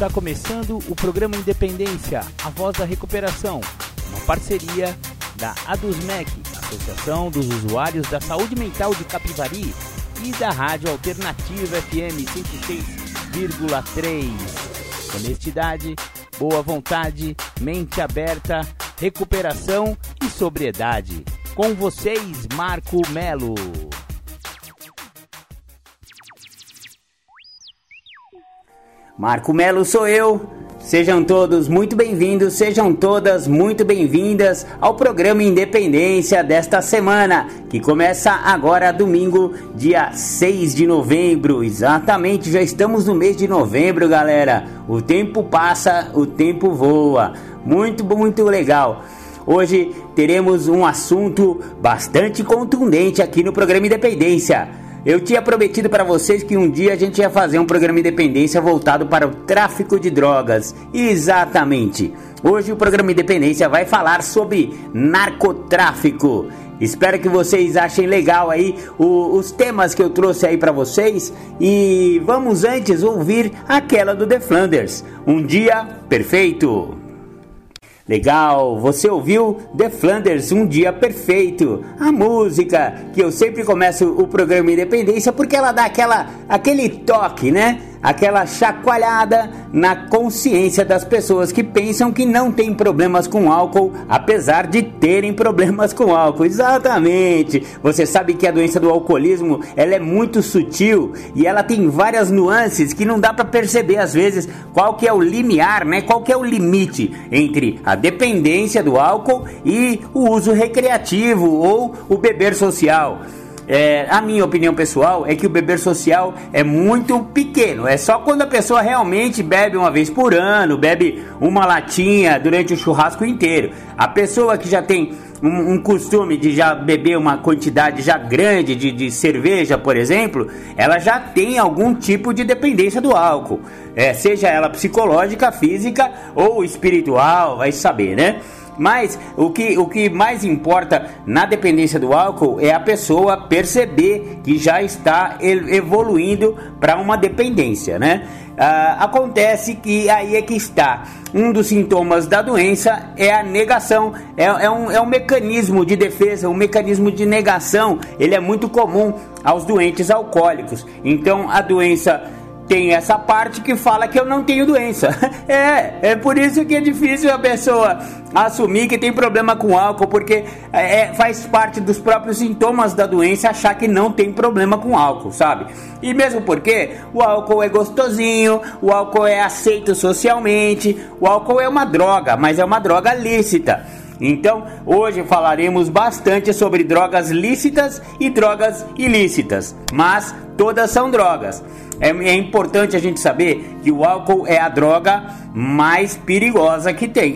Está começando o programa Independência, a voz da recuperação, uma parceria da ADUSMEC, Associação dos Usuários da Saúde Mental de Capivari, e da Rádio Alternativa FM 106,3. Honestidade, boa vontade, mente aberta, recuperação e sobriedade. Com vocês, Marco Melo. Marco Melo sou eu. Sejam todos muito bem-vindos, sejam todas muito bem-vindas ao programa Independência desta semana, que começa agora domingo, dia 6 de novembro. Exatamente, já estamos no mês de novembro, galera. O tempo passa, o tempo voa. Muito legal. Hoje teremos um assunto bastante contundente aqui no programa Independência. Eu tinha prometido para vocês que um dia a gente ia fazer um programa Independência voltado para o tráfico de drogas. Exatamente. Hoje o programa Independência vai falar sobre narcotráfico. Espero que vocês achem legal aí os temas que eu trouxe aí para vocês. E vamos antes ouvir aquela do The Flanders, Um Dia Perfeito. Legal, você ouviu The Flanders, Um Dia Perfeito, a música que eu sempre começo o programa Independência porque ela dá aquele toque, né? Aquela chacoalhada na consciência das pessoas que pensam que não tem problemas com álcool, apesar de terem problemas com álcool. Exatamente. Você sabe que a doença do alcoolismo, ela é muito sutil e ela tem várias nuances que não dá para perceber às vezes qual que é o limiar, né? Qual que é o limite entre a dependência do álcool e o uso recreativo ou o beber social. A minha opinião pessoal é que o beber social é muito pequeno. É só quando a pessoa realmente bebe uma vez por ano, bebe uma latinha durante o churrasco inteiro. A pessoa que já tem um costume de já beber uma quantidade já grande de cerveja, por exemplo, ela já tem algum tipo de dependência do álcool. Seja ela psicológica, física ou espiritual, vai saber, né? Mas o que mais importa na dependência do álcool é a pessoa perceber que já está evoluindo para uma dependência, né? Acontece que aí é que está. Um dos sintomas da doença é a negação, é um mecanismo de defesa, um mecanismo de negação. Ele é muito comum aos doentes alcoólicos. Então a doença tem essa parte que fala que eu não tenho doença. É por isso que é difícil a pessoa assumir que tem problema com álcool, porque faz parte dos próprios sintomas da doença achar que não tem problema com álcool, sabe? E mesmo porque o álcool é gostosinho, o álcool é aceito socialmente, o álcool é uma droga, mas é uma droga lícita. Então, hoje falaremos bastante sobre drogas lícitas e drogas ilícitas, mas todas são drogas. É importante a gente saber que o álcool é a droga mais perigosa que tem.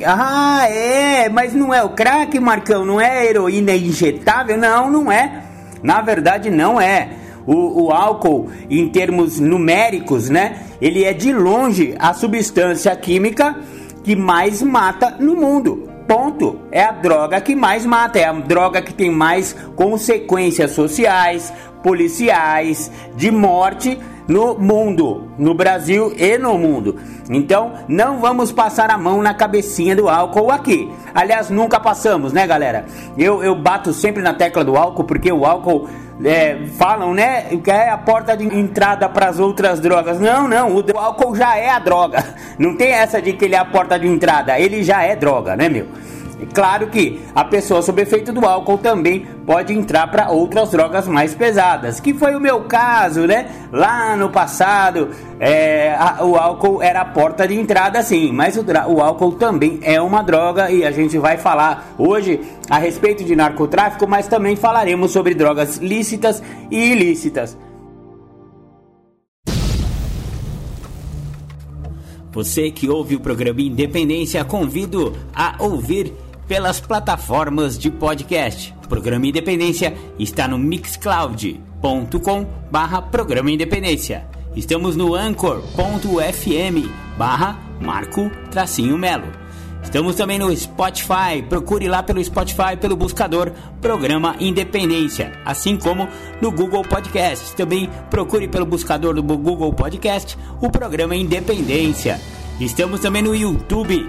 Mas não é o crack, Marcão? Não é a heroína injetável? Não é. Na verdade, não é. O álcool, em termos numéricos, né? Ele é de longe a substância química que mais mata no mundo. Ponto. É a droga que mais mata, é a droga que tem mais consequências sociais, policiais, de morte no mundo, no Brasil e no mundo. Então, não vamos passar a mão na cabecinha do álcool aqui. Aliás, nunca passamos, né, galera? Eu bato sempre na tecla do álcool, porque o álcool, falam, né, que é a porta de entrada para as outras drogas. Não, o álcool já é a droga. Não tem essa de que ele é a porta de entrada, ele já é droga, né, meu? Claro que a pessoa sob efeito do álcool também pode entrar para outras drogas mais pesadas, que foi o meu caso, né? Lá no passado, o álcool era a porta de entrada, sim, mas o álcool também é uma droga e a gente vai falar hoje a respeito de narcotráfico, mas também falaremos sobre drogas lícitas e ilícitas. Você que ouve o programa Independência, convido a ouvir pelas plataformas de podcast. O programa Independência está no mixcloud.com/programa Independência. Estamos no anchor.fm/Marco-Melo. Estamos também no Spotify. Procure lá pelo Spotify, pelo buscador Programa Independência, assim como no Google Podcast. Também procure pelo buscador do Google Podcast o Programa Independência. Estamos também no YouTube,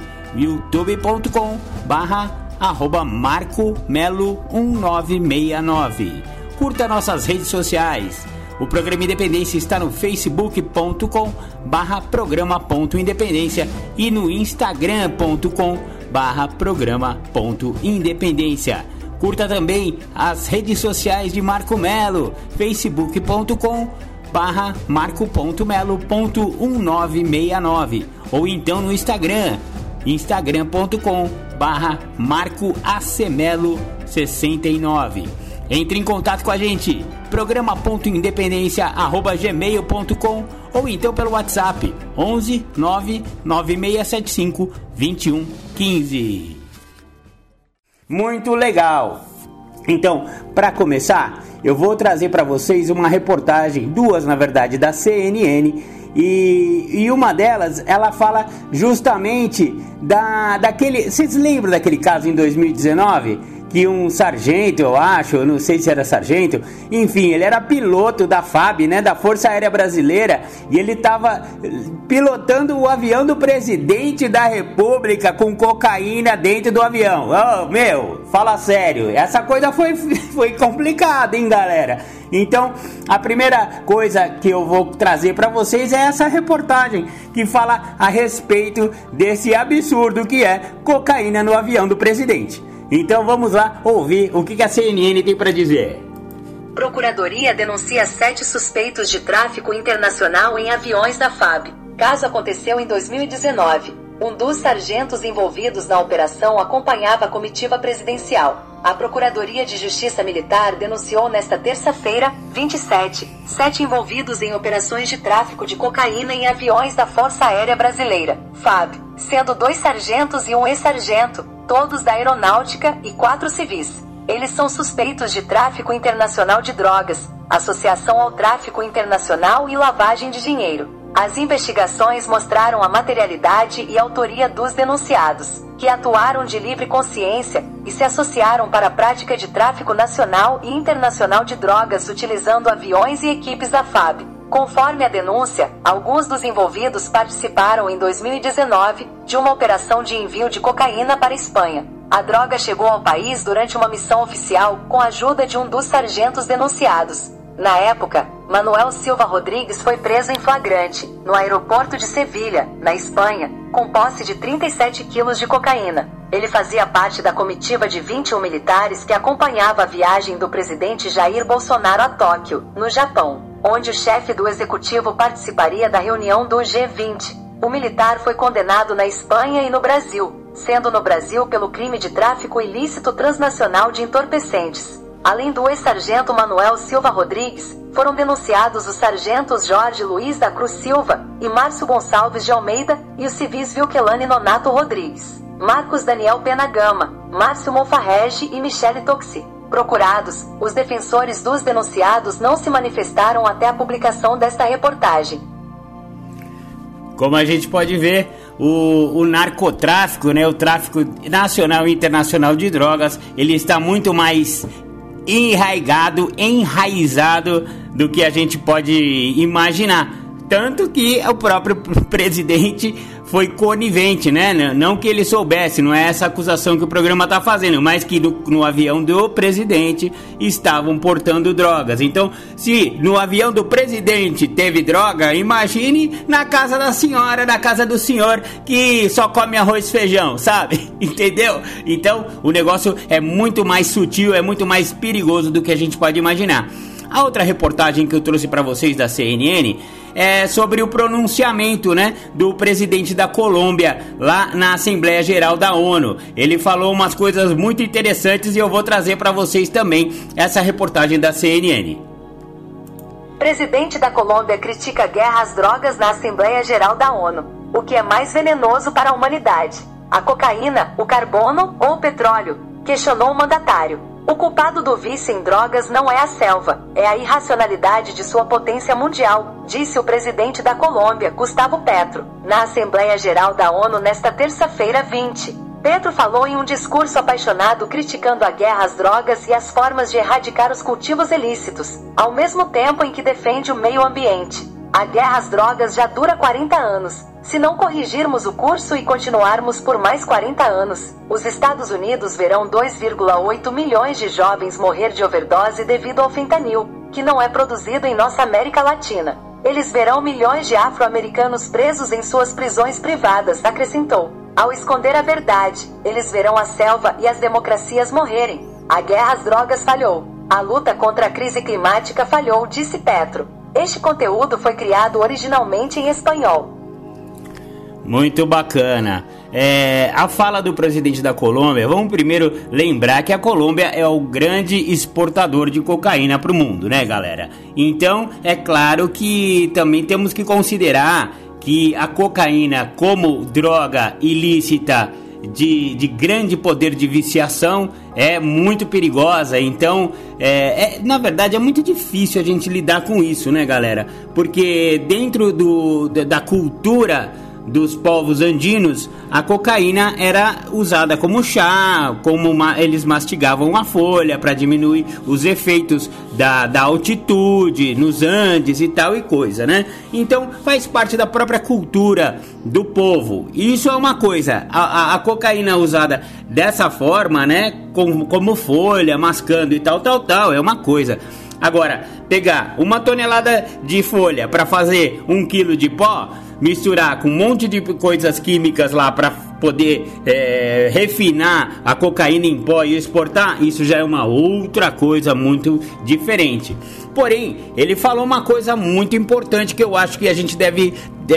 youtube.com/marcomelo1969. Curta nossas redes sociais. O programa Independência está no facebook.com/programa.independência e no instagram.com/programa.independência. Curta também as redes sociais de Marco Melo, facebook.com/marco.melo.1969 ou então no Instagram, instagram.com/marcoacmelo69. Entre em contato com a gente, programa.independência@gmail.com ou então pelo WhatsApp 11 99675 2115. Muito legal! Então, para começar, eu vou trazer para vocês uma reportagem, duas na verdade, da CNN, e uma delas, ela fala justamente daquele... Vocês lembram daquele caso em 2019? Que um sargento, eu acho, eu não sei se era sargento, enfim, ele era piloto da FAB, né, da Força Aérea Brasileira, e ele estava pilotando o avião do presidente da República com cocaína dentro do avião. Oh, meu, fala sério, essa coisa foi complicada, hein, galera? Então, a primeira coisa que eu vou trazer para vocês é essa reportagem que fala a respeito desse absurdo que é cocaína no avião do presidente. Então vamos lá ouvir o que a CNN tem para dizer. Procuradoria denuncia 7 suspeitos de tráfico internacional em aviões da FAB. Caso aconteceu em 2019. Um dos sargentos envolvidos na operação acompanhava a comitiva presidencial. A Procuradoria de Justiça Militar denunciou nesta terça-feira, 27, 7 envolvidos em operações de tráfico de cocaína em aviões da Força Aérea Brasileira, FAB, sendo 2 sargentos e um ex-sargento, todos da Aeronáutica, e 4 civis. Eles são suspeitos de tráfico internacional de drogas, associação ao tráfico internacional e lavagem de dinheiro. As investigações mostraram a materialidade e autoria dos denunciados, que atuaram de livre consciência e se associaram para a prática de tráfico nacional e internacional de drogas utilizando aviões e equipes da FAB. Conforme a denúncia, alguns dos envolvidos participaram em 2019 de uma operação de envio de cocaína para a Espanha. A droga chegou ao país durante uma missão oficial com a ajuda de um dos sargentos denunciados. Na época, Manuel Silva Rodrigues foi preso em flagrante, no aeroporto de Sevilha, na Espanha, com posse de 37 quilos de cocaína. Ele fazia parte da comitiva de 21 militares que acompanhava a viagem do presidente Jair Bolsonaro a Tóquio, no Japão, onde o chefe do executivo participaria da reunião do G20. O militar foi condenado na Espanha e no Brasil, sendo no Brasil pelo crime de tráfico ilícito transnacional de entorpecentes. Além do ex-sargento Manuel Silva Rodrigues, foram denunciados os sargentos Jorge Luiz da Cruz Silva e Márcio Gonçalves de Almeida e os civis Vilkelane Nonato Rodrigues, Marcos Daniel Pena Gama, Márcio Monfarrege e Michele Toxi. Procurados, os defensores dos denunciados não se manifestaram até a publicação desta reportagem. Como a gente pode ver, o narcotráfico, né, o tráfico nacional e internacional de drogas, ele está muito mais enraizado do que a gente pode imaginar. Tanto que o próprio presidente foi conivente, né? Não que ele soubesse, não é essa acusação que o programa está fazendo, mas que no avião do presidente estavam portando drogas. Então, se no avião do presidente teve droga, imagine na casa da senhora, na casa do senhor que só come arroz e feijão, sabe? Entendeu? Então, o negócio é muito mais sutil, é muito mais perigoso do que a gente pode imaginar. A outra reportagem que eu trouxe para vocês da CNN é sobre o pronunciamento, né, do presidente da Colômbia lá na Assembleia Geral da ONU. Ele falou umas coisas muito interessantes e eu vou trazer para vocês também essa reportagem da CNN. Presidente da Colômbia critica a guerra às drogas na Assembleia Geral da ONU. O que é mais venenoso para a humanidade? A cocaína, o carbono ou o petróleo? Questionou o mandatário. O culpado do vício em drogas não é a selva, é a irracionalidade de sua potência mundial, disse o presidente da Colômbia, Gustavo Petro, na Assembleia Geral da ONU nesta terça-feira 20. Petro falou em um discurso apaixonado criticando a guerra às drogas e as formas de erradicar os cultivos ilícitos, ao mesmo tempo em que defende o meio ambiente. A guerra às drogas já dura 40 anos. Se não corrigirmos o curso e continuarmos por mais 40 anos, os Estados Unidos verão 2,8 milhões de jovens morrer de overdose devido ao fentanil, que não é produzido em nossa América Latina. Eles verão milhões de afro-americanos presos em suas prisões privadas, acrescentou. Ao esconder a verdade, eles verão a selva e as democracias morrerem. A guerra às drogas falhou. A luta contra a crise climática falhou, disse Petro. Este conteúdo foi criado originalmente em espanhol. Muito bacana. A fala do presidente da Colômbia, vamos primeiro lembrar que a Colômbia é o grande exportador de cocaína para o mundo, né, galera? Então, é claro que também temos que considerar que a cocaína como droga ilícita de grande poder de viciação é muito perigosa. Então, na verdade, é muito difícil a gente lidar com isso, né, galera? Porque dentro da cultura dos povos andinos, a cocaína era usada como chá, eles mastigavam a folha para diminuir os efeitos da altitude nos Andes e tal e coisa, né? Então faz parte da própria cultura do povo. E isso é uma coisa, a cocaína usada dessa forma, né? Como folha, mascando e tal, é uma coisa. Agora, pegar 1 tonelada de folha para fazer 1 quilo de pó, misturar com um monte de coisas químicas lá para poder refinar a cocaína em pó e exportar, isso já é uma outra coisa muito diferente. Porém, ele falou uma coisa muito importante que eu acho que a gente deve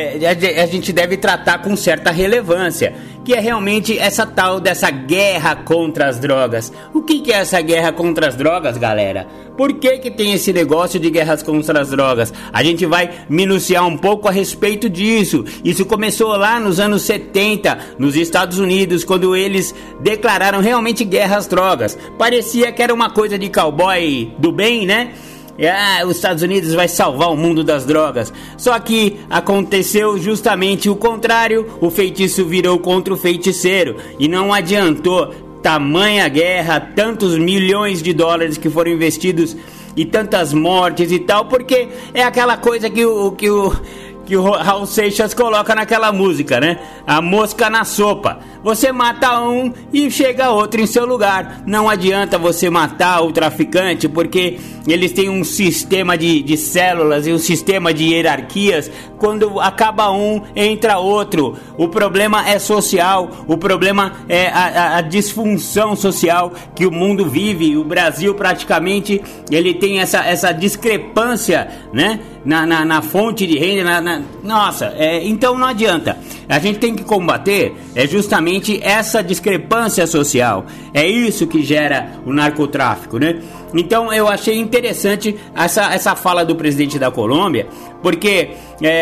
tratar com certa relevância, que é realmente essa tal dessa guerra contra as drogas. O que é essa guerra contra as drogas, galera? Por que tem esse negócio de guerras contra as drogas? A gente vai minuciar um pouco a respeito disso. Isso começou lá nos anos 70, nos Estados Unidos, quando eles declararam realmente guerra às drogas. Parecia que era uma coisa de cowboy do bem, né? Os Estados Unidos vai salvar o mundo das drogas. Só que aconteceu justamente o contrário. O feitiço virou contra o feiticeiro e não adiantou. Tamanha guerra, tantos milhões de dólares que foram investidos e tantas mortes e tal, porque é aquela coisa que o Raul Seixas coloca naquela música, né? A mosca na sopa. Você mata um e chega outro em seu lugar. Não adianta você matar o traficante, porque eles têm um sistema de células e um sistema de hierarquias. Quando acaba um, entra outro. O problema é social. O problema é a disfunção social que o mundo vive. O Brasil praticamente ele tem essa discrepância, né? Na fonte de renda, então não adianta. A gente tem que combater justamente essa discrepância social. É isso que gera o narcotráfico, né? Então eu achei interessante essa fala do presidente da Colômbia, porque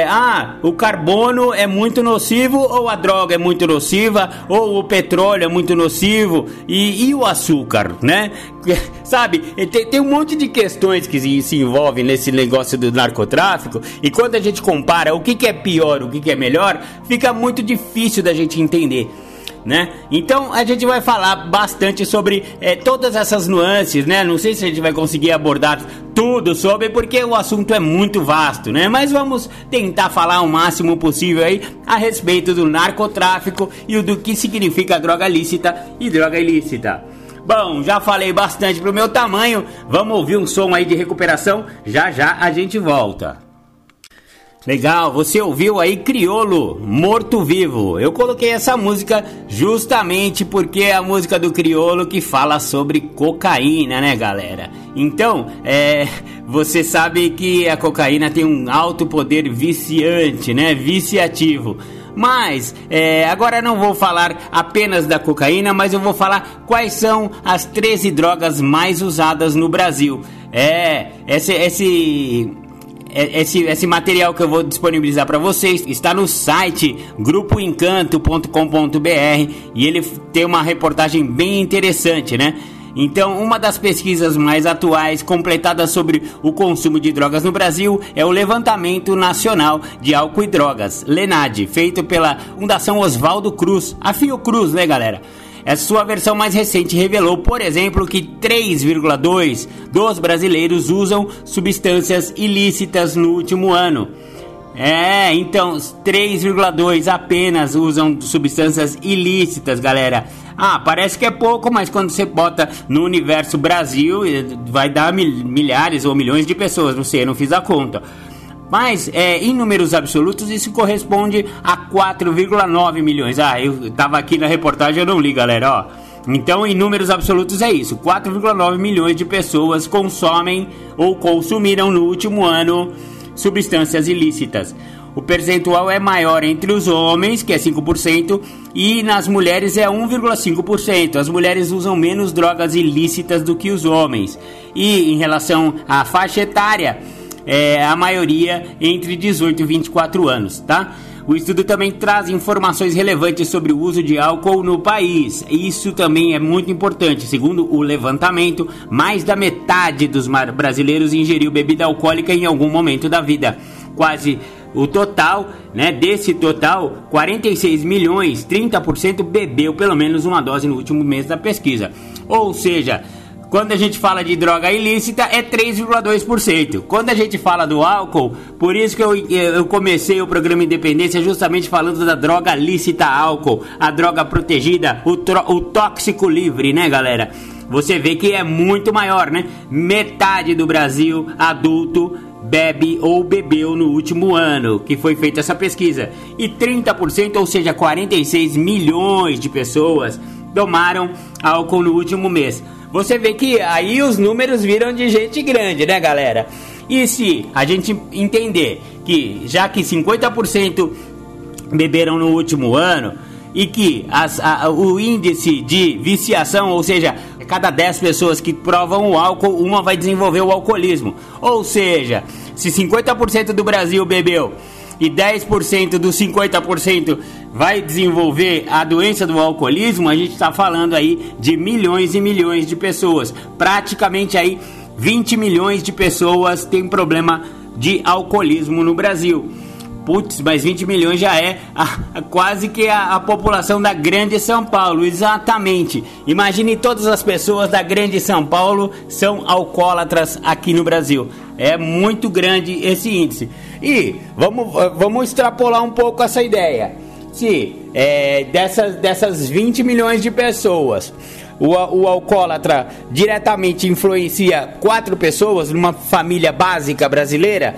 o carbono é muito nocivo, ou a droga é muito nociva, ou o petróleo é muito nocivo, e o açúcar, né? Sabe, tem um monte de questões que se envolvem nesse negócio do narcotráfico, e quando a gente compara o que é pior, o que é melhor, fica muito difícil da gente entender, né? Então a gente vai falar bastante sobre todas essas nuances, né? Não sei se a gente vai conseguir abordar tudo sobre, porque o assunto é muito vasto, né? Mas vamos tentar falar o máximo possível aí a respeito do narcotráfico e do que significa droga lícita e droga ilícita. Bom, já falei bastante pro meu tamanho, vamos ouvir um som aí de recuperação, já a gente volta. Legal, você ouviu aí Criolo, Morto Vivo. Eu coloquei essa música justamente porque é a música do Criolo que fala sobre cocaína, né, galera? Então, você sabe que a cocaína tem um alto poder viciante, né, viciativo. Mas, agora não vou falar apenas da cocaína, mas eu vou falar quais são as 13 drogas mais usadas no Brasil. Esse material que eu vou disponibilizar para vocês está no site grupoencanto.com.br e ele tem uma reportagem bem interessante, né? Então, uma das pesquisas mais atuais completadas sobre o consumo de drogas no Brasil é o Levantamento Nacional de Álcool e Drogas, LENAD, feito pela Fundação Oswaldo Cruz, a Fiocruz, né, galera? A sua versão mais recente revelou, por exemplo, que 3,2% dos brasileiros usam substâncias ilícitas no último ano. Então 3,2 apenas usam substâncias ilícitas, galera. Parece que é pouco, mas quando você bota no universo Brasil, vai dar milhares ou milhões de pessoas, não sei, eu não fiz a conta. Mas em números absolutos isso corresponde a 4,9 milhões. Eu tava aqui na reportagem, eu não li, galera, ó. Então, em números absolutos é isso, 4,9 milhões de pessoas consomem ou consumiram no último ano substâncias ilícitas. O percentual é maior entre os homens, que é 5%, e nas mulheres é 1,5%. As mulheres usam menos drogas ilícitas do que os homens. E em relação à faixa etária, a maioria entre 18 e 24 anos, tá? O estudo também traz informações relevantes sobre o uso de álcool no país. Isso também é muito importante. Segundo o levantamento, mais da metade dos brasileiros ingeriu bebida alcoólica em algum momento da vida. Quase o total, desse total, 46 milhões, 30% bebeu pelo menos uma dose no último mês da pesquisa. Ou seja, quando a gente fala de droga ilícita é 3,2%. Quando a gente fala do álcool, por isso que eu comecei o programa Independência justamente falando da droga lícita álcool, a droga protegida, o tóxico livre, né, galera? Você vê que é muito maior, né? Metade do Brasil adulto bebe ou bebeu no último ano que foi feita essa pesquisa. E 30%, ou seja, 46 milhões de pessoas tomaram álcool no último mês. Você vê que aí os números viram de gente grande, né, galera? E se a gente entender que já que 50% beberam no último ano e que o índice de viciação, ou seja, cada 10 pessoas que provam o álcool, uma vai desenvolver o alcoolismo. Ou seja, se 50% do Brasil bebeu e 10% dos 50% vai desenvolver a doença do alcoolismo, a gente está falando aí de milhões e milhões de pessoas. Praticamente aí 20 milhões de pessoas têm problema de alcoolismo no Brasil. Putz, mas 20 milhões já é quase que a população da Grande São Paulo, exatamente. Imagine todas as pessoas da Grande São Paulo são alcoólatras aqui no Brasil. É muito grande esse índice. E vamos extrapolar um pouco essa ideia. Se dessas 20 milhões de pessoas, o alcoólatra diretamente influencia 4 pessoas numa família básica brasileira,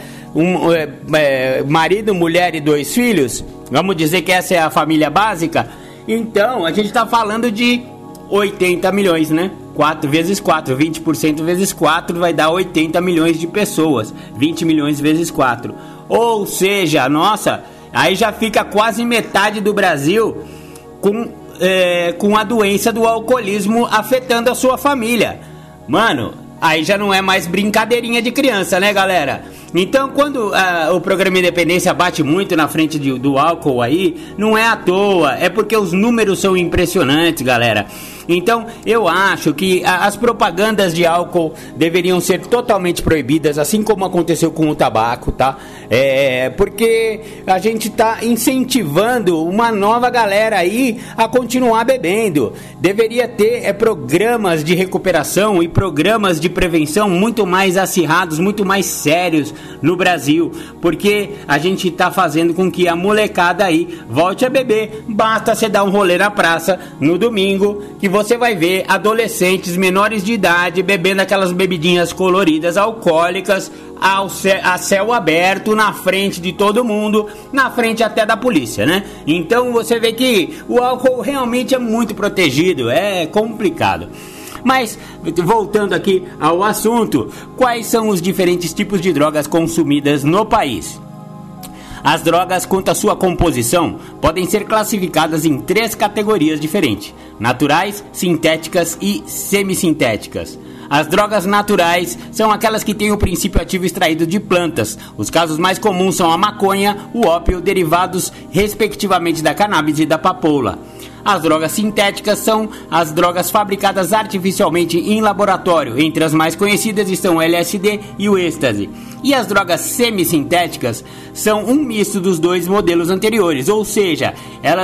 marido, mulher e 2 filhos, vamos dizer que essa é a família básica, então a gente está falando de 80 milhões, né? 4 vezes 4, 20% vezes 4 vai dar 80 milhões de pessoas, 20 milhões vezes 4, ou seja, nossa, aí já fica quase metade do Brasil com a doença do alcoolismo afetando a sua família. Mano, aí já não é mais brincadeirinha de criança, né, galera? Então, quando o programa Independência bate muito na frente do álcool aí, não é à toa, é porque os números são impressionantes, galera. Então, eu acho que as propagandas de álcool deveriam ser totalmente proibidas, assim como aconteceu com o tabaco, tá? Porque a gente tá incentivando uma nova galera aí a continuar bebendo. Deveria ter programas de recuperação e programas de prevenção muito mais acirrados, muito mais sérios no Brasil, porque a gente tá fazendo com que a molecada aí volte a beber. Basta você dar um rolê na praça no domingo que você vai ver adolescentes menores de idade bebendo aquelas bebidinhas coloridas alcoólicas a céu aberto, na frente de todo mundo, na frente até da polícia, né? Então você vê que o álcool realmente é muito protegido, é complicado. Mas, voltando aqui ao assunto, quais são os diferentes tipos de drogas consumidas no país? As drogas, quanto à sua composição, podem ser classificadas em 3 categorias diferentes: naturais, sintéticas e semissintéticas. As drogas naturais são aquelas que têm o princípio ativo extraído de plantas. Os casos mais comuns são a maconha, o ópio, derivados respectivamente da cannabis e da papoula. As drogas sintéticas são as drogas fabricadas artificialmente em laboratório. Entre as mais conhecidas estão o LSD e o êxtase. E as drogas semissintéticas são um misto dos 2 modelos anteriores, ou seja, elas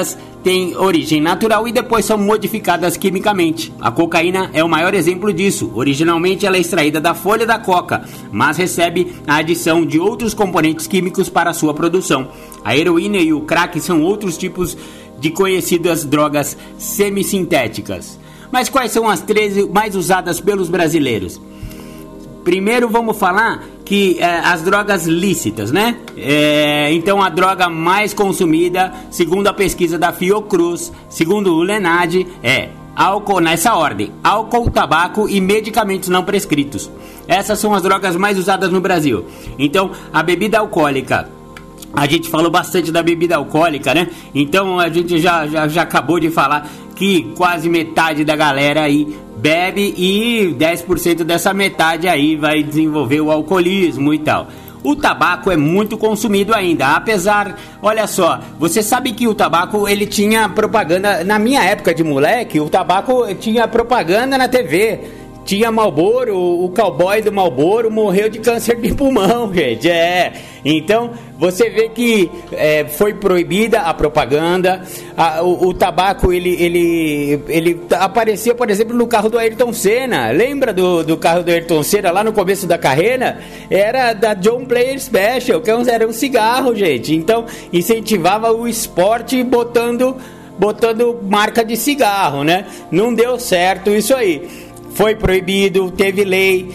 têm origem natural e depois são modificadas quimicamente. A cocaína é o maior exemplo disso. Originalmente ela é extraída da folha da coca, mas recebe a adição de outros componentes químicos para sua produção. A heroína e o crack são outros tipos de conhecidas drogas semissintéticas. Mas quais são as 13 mais usadas pelos brasileiros? Primeiro vamos falar que as drogas lícitas, né? Então a droga mais consumida, segundo a pesquisa da Fiocruz, segundo o Lenad, é álcool, nessa ordem: álcool, tabaco e medicamentos não prescritos. Essas são as drogas mais usadas no Brasil. Então a bebida alcoólica, a gente falou bastante da bebida alcoólica, né? Então a gente já acabou de falar que quase metade da galera aí bebe e 10% dessa metade aí vai desenvolver o alcoolismo e tal. O tabaco é muito consumido ainda, apesar, olha só, você sabe que o tabaco ele tinha propaganda, na minha época de moleque, o tabaco tinha propaganda na TV. Tinha Marlboro, o cowboy do Marlboro morreu de câncer de pulmão, gente. Então, você vê que foi proibida a propaganda. O tabaco, ele aparecia, por exemplo, no carro do Ayrton Senna. Lembra do carro do Ayrton Senna lá no começo da carreira? Era da John Player Special, que era um cigarro, gente. Então, incentivava o esporte botando marca de cigarro, né? Não deu certo isso aí. Foi proibido, teve lei,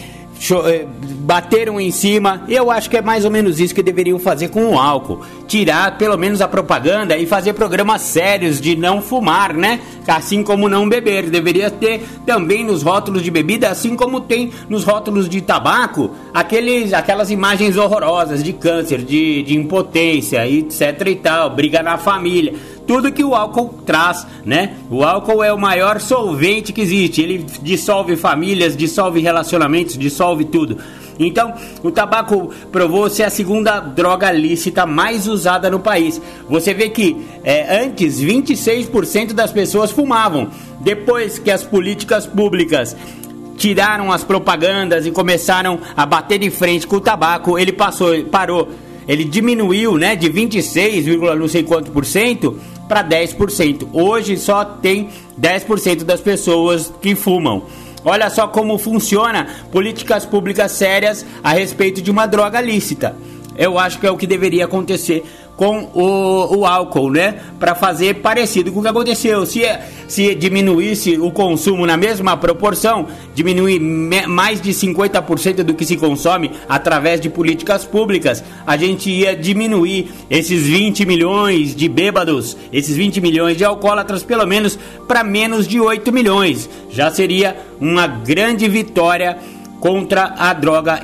bateram em cima. Eu acho que é mais ou menos isso que deveriam fazer com o álcool. Tirar pelo menos a propaganda e fazer programas sérios de não fumar, né? Assim como não beber. Deveria ter também nos rótulos de bebida, assim como tem nos rótulos de tabaco, aquelas imagens horrorosas de câncer, de impotência, etc e tal, briga na família. Tudo que o álcool traz, né? O álcool é o maior solvente que existe. Ele dissolve famílias, dissolve relacionamentos, dissolve tudo. Então, o tabaco provou ser a segunda droga lícita mais usada no país. Você vê que antes 26% das pessoas fumavam. Depois que as políticas públicas tiraram as propagandas e começaram a bater de frente com o tabaco, ele parou. Ele diminuiu, né, de 26, não sei quanto por cento para 10%. Hoje só tem 10% das pessoas que fumam. Olha só como funciona políticas públicas sérias a respeito de uma droga lícita. Eu acho que é o que deveria acontecer com o álcool, né? Para fazer parecido com o que aconteceu. Se diminuísse o consumo na mesma proporção, diminuir mais de 50% do que se consome através de políticas públicas, a gente ia diminuir esses 20 milhões de bêbados, esses 20 milhões de alcoólatras, pelo menos para menos de 8 milhões. Já seria uma grande vitória contra a droga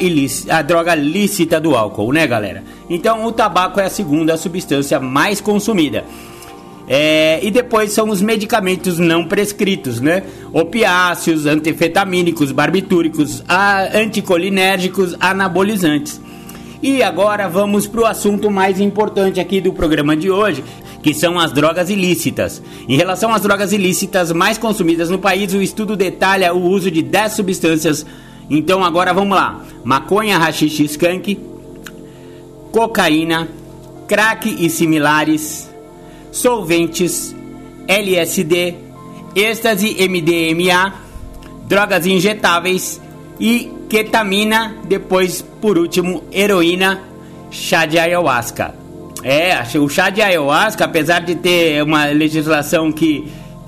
lícita do álcool, né, galera? Então o tabaco é a segunda substância mais consumida. E depois são os medicamentos não prescritos, né? Opiáceos, antifetamínicos, barbitúricos, anticolinérgicos, anabolizantes. E agora vamos para o assunto mais importante aqui do programa de hoje, que são as drogas ilícitas. Em relação às drogas ilícitas mais consumidas no país, o estudo detalha o uso de 10 substâncias. Então agora vamos lá: maconha, haxixe, skunk, cocaína, crack e similares, solventes, LSD, êxtase, MDMA, drogas injetáveis e ketamina, depois por último heroína, chá de ayahuasca. O chá de ayahuasca, apesar de ter uma legislação que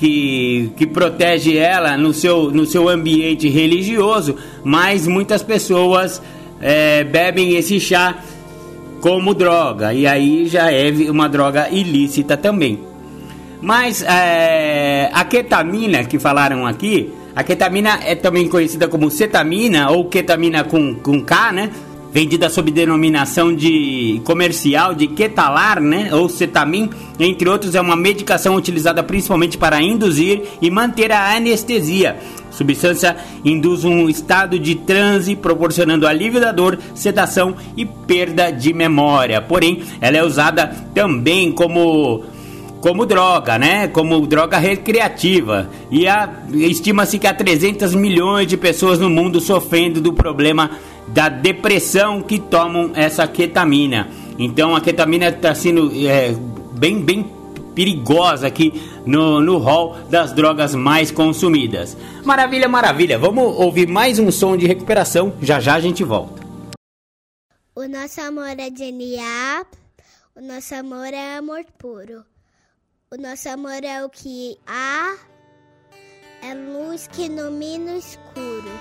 protege ela no seu ambiente religioso, mas muitas pessoas bebem esse chá como droga, e aí já é uma droga ilícita também. Mas a ketamina que falaram aqui, a ketamina é também conhecida como cetamina ou ketamina com K, né? Vendida sob denominação comercial de Ketalar, né, ou Cetamin, entre outros, é uma medicação utilizada principalmente para induzir e manter a anestesia. A substância induz um estado de transe, proporcionando alívio da dor, sedação e perda de memória. Porém, ela é usada também como droga, né? Como droga recreativa. E estima-se que há 300 milhões de pessoas no mundo sofrendo do problema da depressão que tomam essa ketamina. Então a ketamina está sendo bem perigosa aqui no hall das drogas mais consumidas. Maravilha, maravilha. Vamos ouvir mais um som de recuperação. Já já a gente volta. O nosso amor é DNA, o nosso amor é amor puro. O nosso amor é o que há, é luz que ilumina o escuro.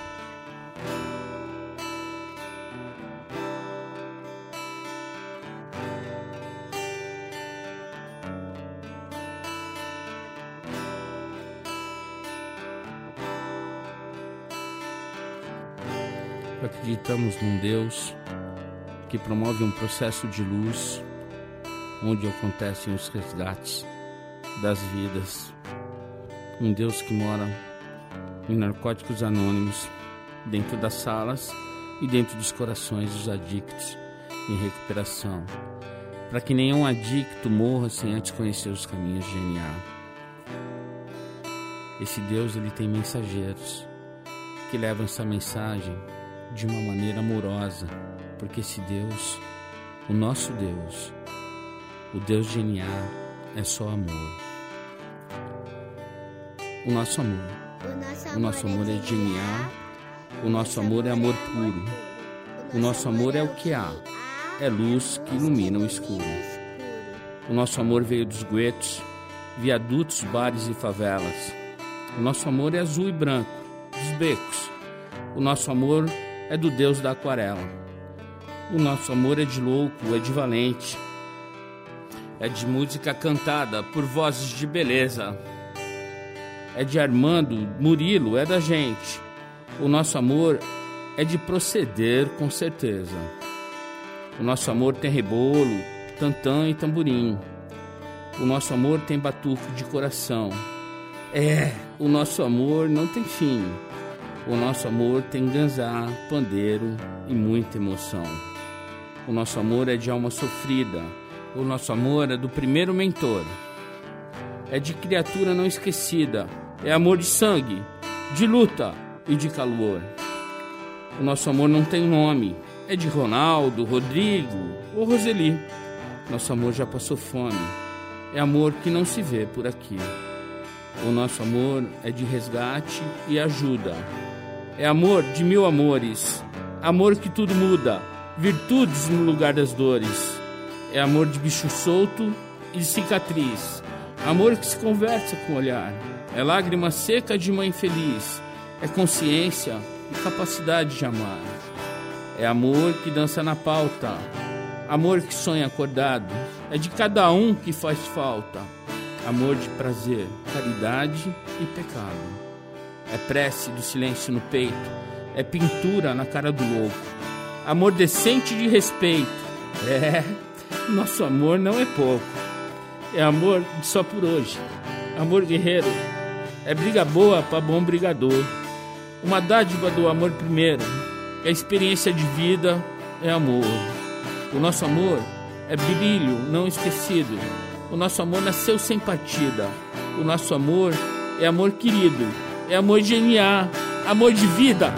Acreditamos num Deus que promove um processo de luz onde acontecem os resgates das vidas. Um Deus que mora em Narcóticos Anônimos, dentro das salas e dentro dos corações dos adictos em recuperação, para que nenhum adicto morra sem antes conhecer os caminhos de DNA. Esse Deus, ele tem mensageiros que levam essa mensagem de uma maneira amorosa, porque esse Deus, o nosso Deus, o Deus de DNA, é só amor. O nosso amor é DNA, o nosso amor é amor puro, o nosso amor é o que há, é luz que ilumina o escuro. O nosso amor veio dos guetos, viadutos, bares e favelas. O nosso amor é azul e branco, dos becos. O nosso amor é do Deus da aquarela. O nosso amor é de louco, é de valente. É de música cantada por vozes de beleza. É de Armando, Murilo, é da gente. O nosso amor é de proceder com certeza. O nosso amor tem rebolo, tantã e tamborim. O nosso amor tem batuque de coração. O nosso amor não tem fim. O nosso amor tem ganzá, pandeiro e muita emoção. O nosso amor é de alma sofrida. O nosso amor é do primeiro mentor. É de criatura não esquecida. É amor de sangue, de luta e de calor. O nosso amor não tem nome. É de Ronaldo, Rodrigo ou Roseli. Nosso amor já passou fome. É amor que não se vê por aqui. O nosso amor é de resgate e ajuda. É amor de mil amores. Amor que tudo muda. Virtudes no lugar das dores. É amor de bicho solto e de cicatriz. Amor que se conversa com o olhar. É lágrima seca de mãe feliz. É consciência e capacidade de amar. É amor que dança na pauta. Amor que sonha acordado. É de cada um que faz falta. Amor de prazer, caridade e pecado. É prece do silêncio no peito. É pintura na cara do louco. Amor decente de respeito. Nosso amor não é pouco. É amor de só por hoje. Amor guerreiro. É briga boa para bom brigador. Uma dádiva do amor primeiro. A experiência de vida é amor. O nosso amor é brilho não esquecido. O nosso amor nasceu sem partida. O nosso amor é amor querido. É amor de DNA. Amor de vida.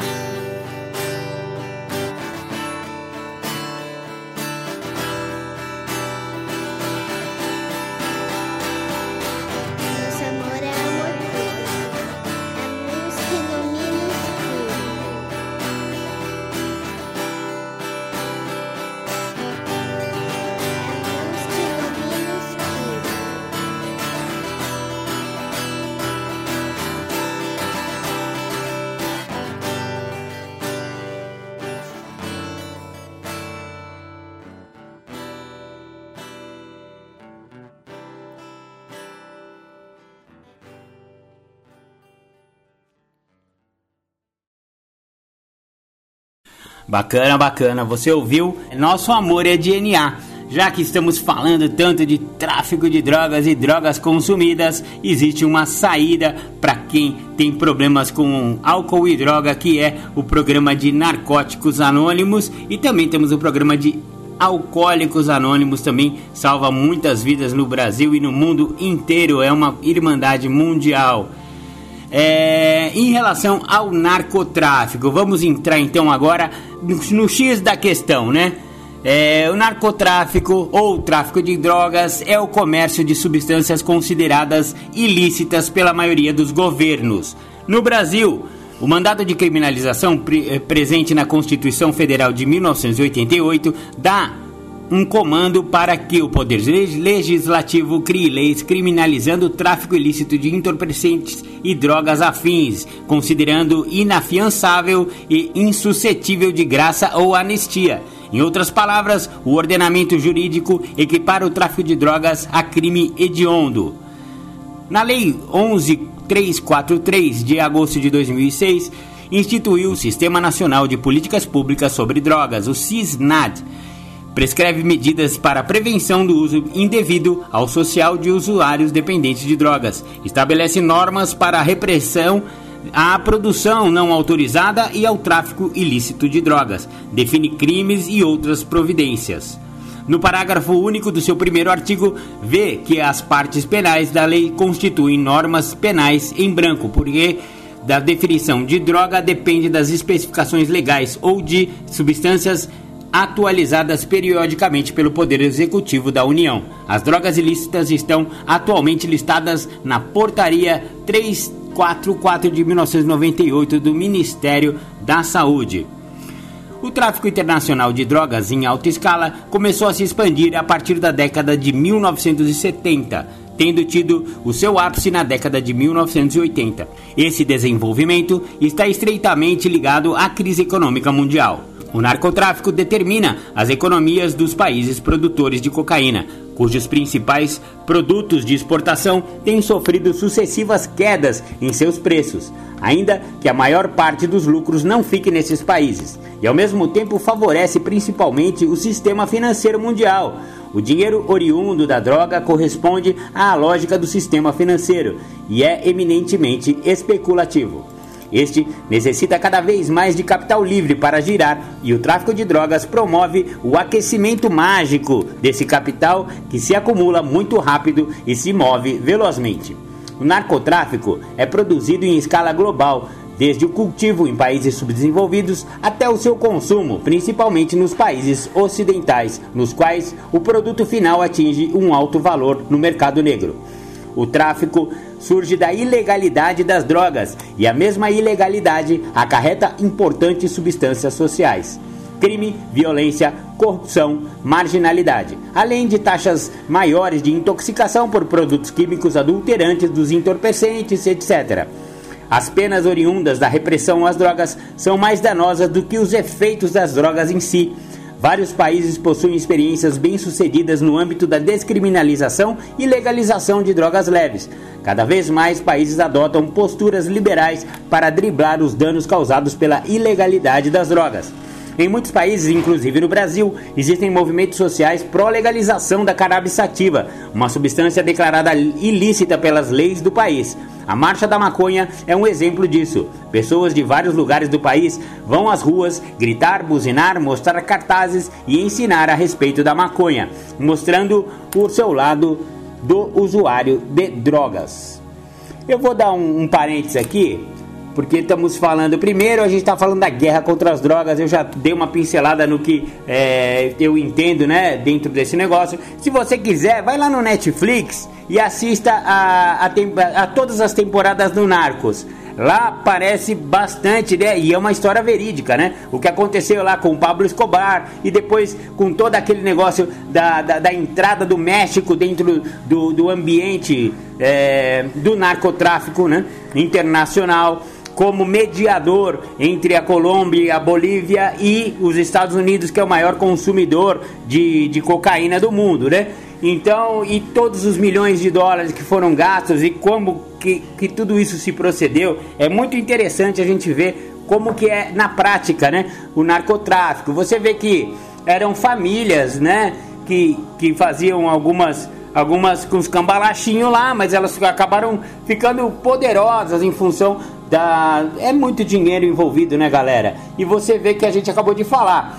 Bacana, bacana. Você ouviu? Nosso amor é DNA. Já que estamos falando tanto de tráfico de drogas e drogas consumidas, existe uma saída para quem tem problemas com álcool e droga, que é o programa de Narcóticos Anônimos, e também temos o programa de Alcoólicos Anônimos, também salva muitas vidas no Brasil e no mundo inteiro, é uma irmandade mundial. Em relação ao narcotráfico, vamos entrar então agora no X da questão, né? O narcotráfico ou tráfico de drogas é o comércio de substâncias consideradas ilícitas pela maioria dos governos. No Brasil, o mandado de criminalização presente na Constituição Federal de 1988 dá um comando para que o Poder Legislativo crie leis criminalizando o tráfico ilícito de entorpecentes e drogas afins, considerando inafiançável e insuscetível de graça ou anistia. Em outras palavras, o ordenamento jurídico equipara o tráfico de drogas a crime hediondo. Na Lei 11.343, de agosto de 2006, instituiu o Sistema Nacional de Políticas Públicas sobre Drogas, o SISNAD. Prescreve medidas para a prevenção do uso indevido ao social de usuários dependentes de drogas. Estabelece normas para a repressão à produção não autorizada e ao tráfico ilícito de drogas. Define crimes e outras providências. No parágrafo único do seu primeiro artigo, vê que as partes penais da lei constituem normas penais em branco, porque da definição de droga depende das especificações legais ou de substâncias atualizadas periodicamente pelo Poder Executivo da União. As drogas ilícitas estão atualmente listadas na Portaria 344 de 1998 do Ministério da Saúde. O tráfico internacional de drogas em alta escala começou a se expandir a partir da década de 1970, tendo tido o seu ápice na década de 1980. Esse desenvolvimento está estreitamente ligado à crise econômica mundial. O narcotráfico determina as economias dos países produtores de cocaína, cujos principais produtos de exportação têm sofrido sucessivas quedas em seus preços, ainda que a maior parte dos lucros não fique nesses países, e ao mesmo tempo favorece principalmente o sistema financeiro mundial. O dinheiro oriundo da droga corresponde à lógica do sistema financeiro e é eminentemente especulativo. Este necessita cada vez mais de capital livre para girar e o tráfico de drogas promove o aquecimento mágico desse capital que se acumula muito rápido e se move velozmente. O narcotráfico é produzido em escala global, desde o cultivo em países subdesenvolvidos até o seu consumo, principalmente nos países ocidentais, nos quais o produto final atinge um alto valor no mercado negro. O tráfico surge da ilegalidade das drogas e a mesma ilegalidade acarreta importantes substâncias sociais: crime, violência, corrupção, marginalidade, além de taxas maiores de intoxicação por produtos químicos adulterantes dos entorpecentes, etc. As penas oriundas da repressão às drogas são mais danosas do que os efeitos das drogas em si. Vários países possuem experiências bem-sucedidas no âmbito da descriminalização e legalização de drogas leves. Cada vez mais países adotam posturas liberais para driblar os danos causados pela ilegalidade das drogas. Em muitos países, inclusive no Brasil, existem movimentos sociais pró-legalização da cannabis sativa, uma substância declarada ilícita pelas leis do país. A Marcha da Maconha é um exemplo disso. Pessoas de vários lugares do país vão às ruas gritar, buzinar, mostrar cartazes e ensinar a respeito da maconha, mostrando o seu lado do usuário de drogas. Eu vou dar um parênteses aqui, porque estamos falando, primeiro a gente está falando da guerra contra as drogas. Eu já dei uma pincelada no que eu entendo, né, dentro desse negócio. Se você quiser, vai lá no Netflix e assista a todas as temporadas do Narcos. Lá parece bastante, né? E é uma história verídica, né? O que aconteceu lá com o Pablo Escobar e depois com todo aquele negócio da entrada do México dentro do ambiente do narcotráfico, né, internacional, como mediador entre a Colômbia, a Bolívia e os Estados Unidos, que é o maior consumidor de cocaína do mundo, né? Então, e todos os milhões de dólares que foram gastos e como que tudo isso se procedeu, é muito interessante a gente ver como que é na prática, né, o narcotráfico. Você vê que eram famílias, né, que faziam algumas com os cambalachinhos lá, mas elas acabaram ficando poderosas em função é muito dinheiro envolvido, né, galera? E você vê que a gente acabou de falar,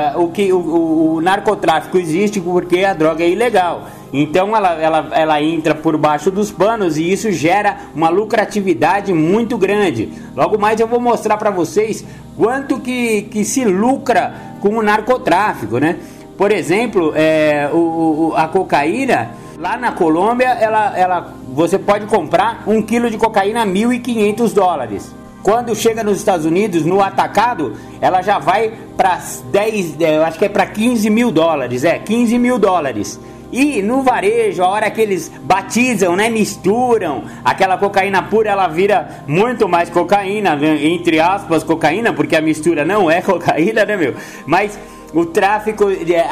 o narcotráfico existe porque a droga é ilegal. Então ela entra por baixo dos panos e isso gera uma lucratividade muito grande. Logo mais eu vou mostrar para vocês quanto que se lucra com o narcotráfico, né? Por exemplo, a cocaína, lá na Colômbia, você pode comprar 1 quilo de cocaína a $1.500. Quando chega nos Estados Unidos, no atacado, ela já vai para acho que é para $15 mil, $15 mil. E no varejo, a hora que eles batizam, né, misturam, aquela cocaína pura, ela vira muito mais cocaína, entre aspas, cocaína, porque a mistura não é cocaína, né, meu? Mas o tráfico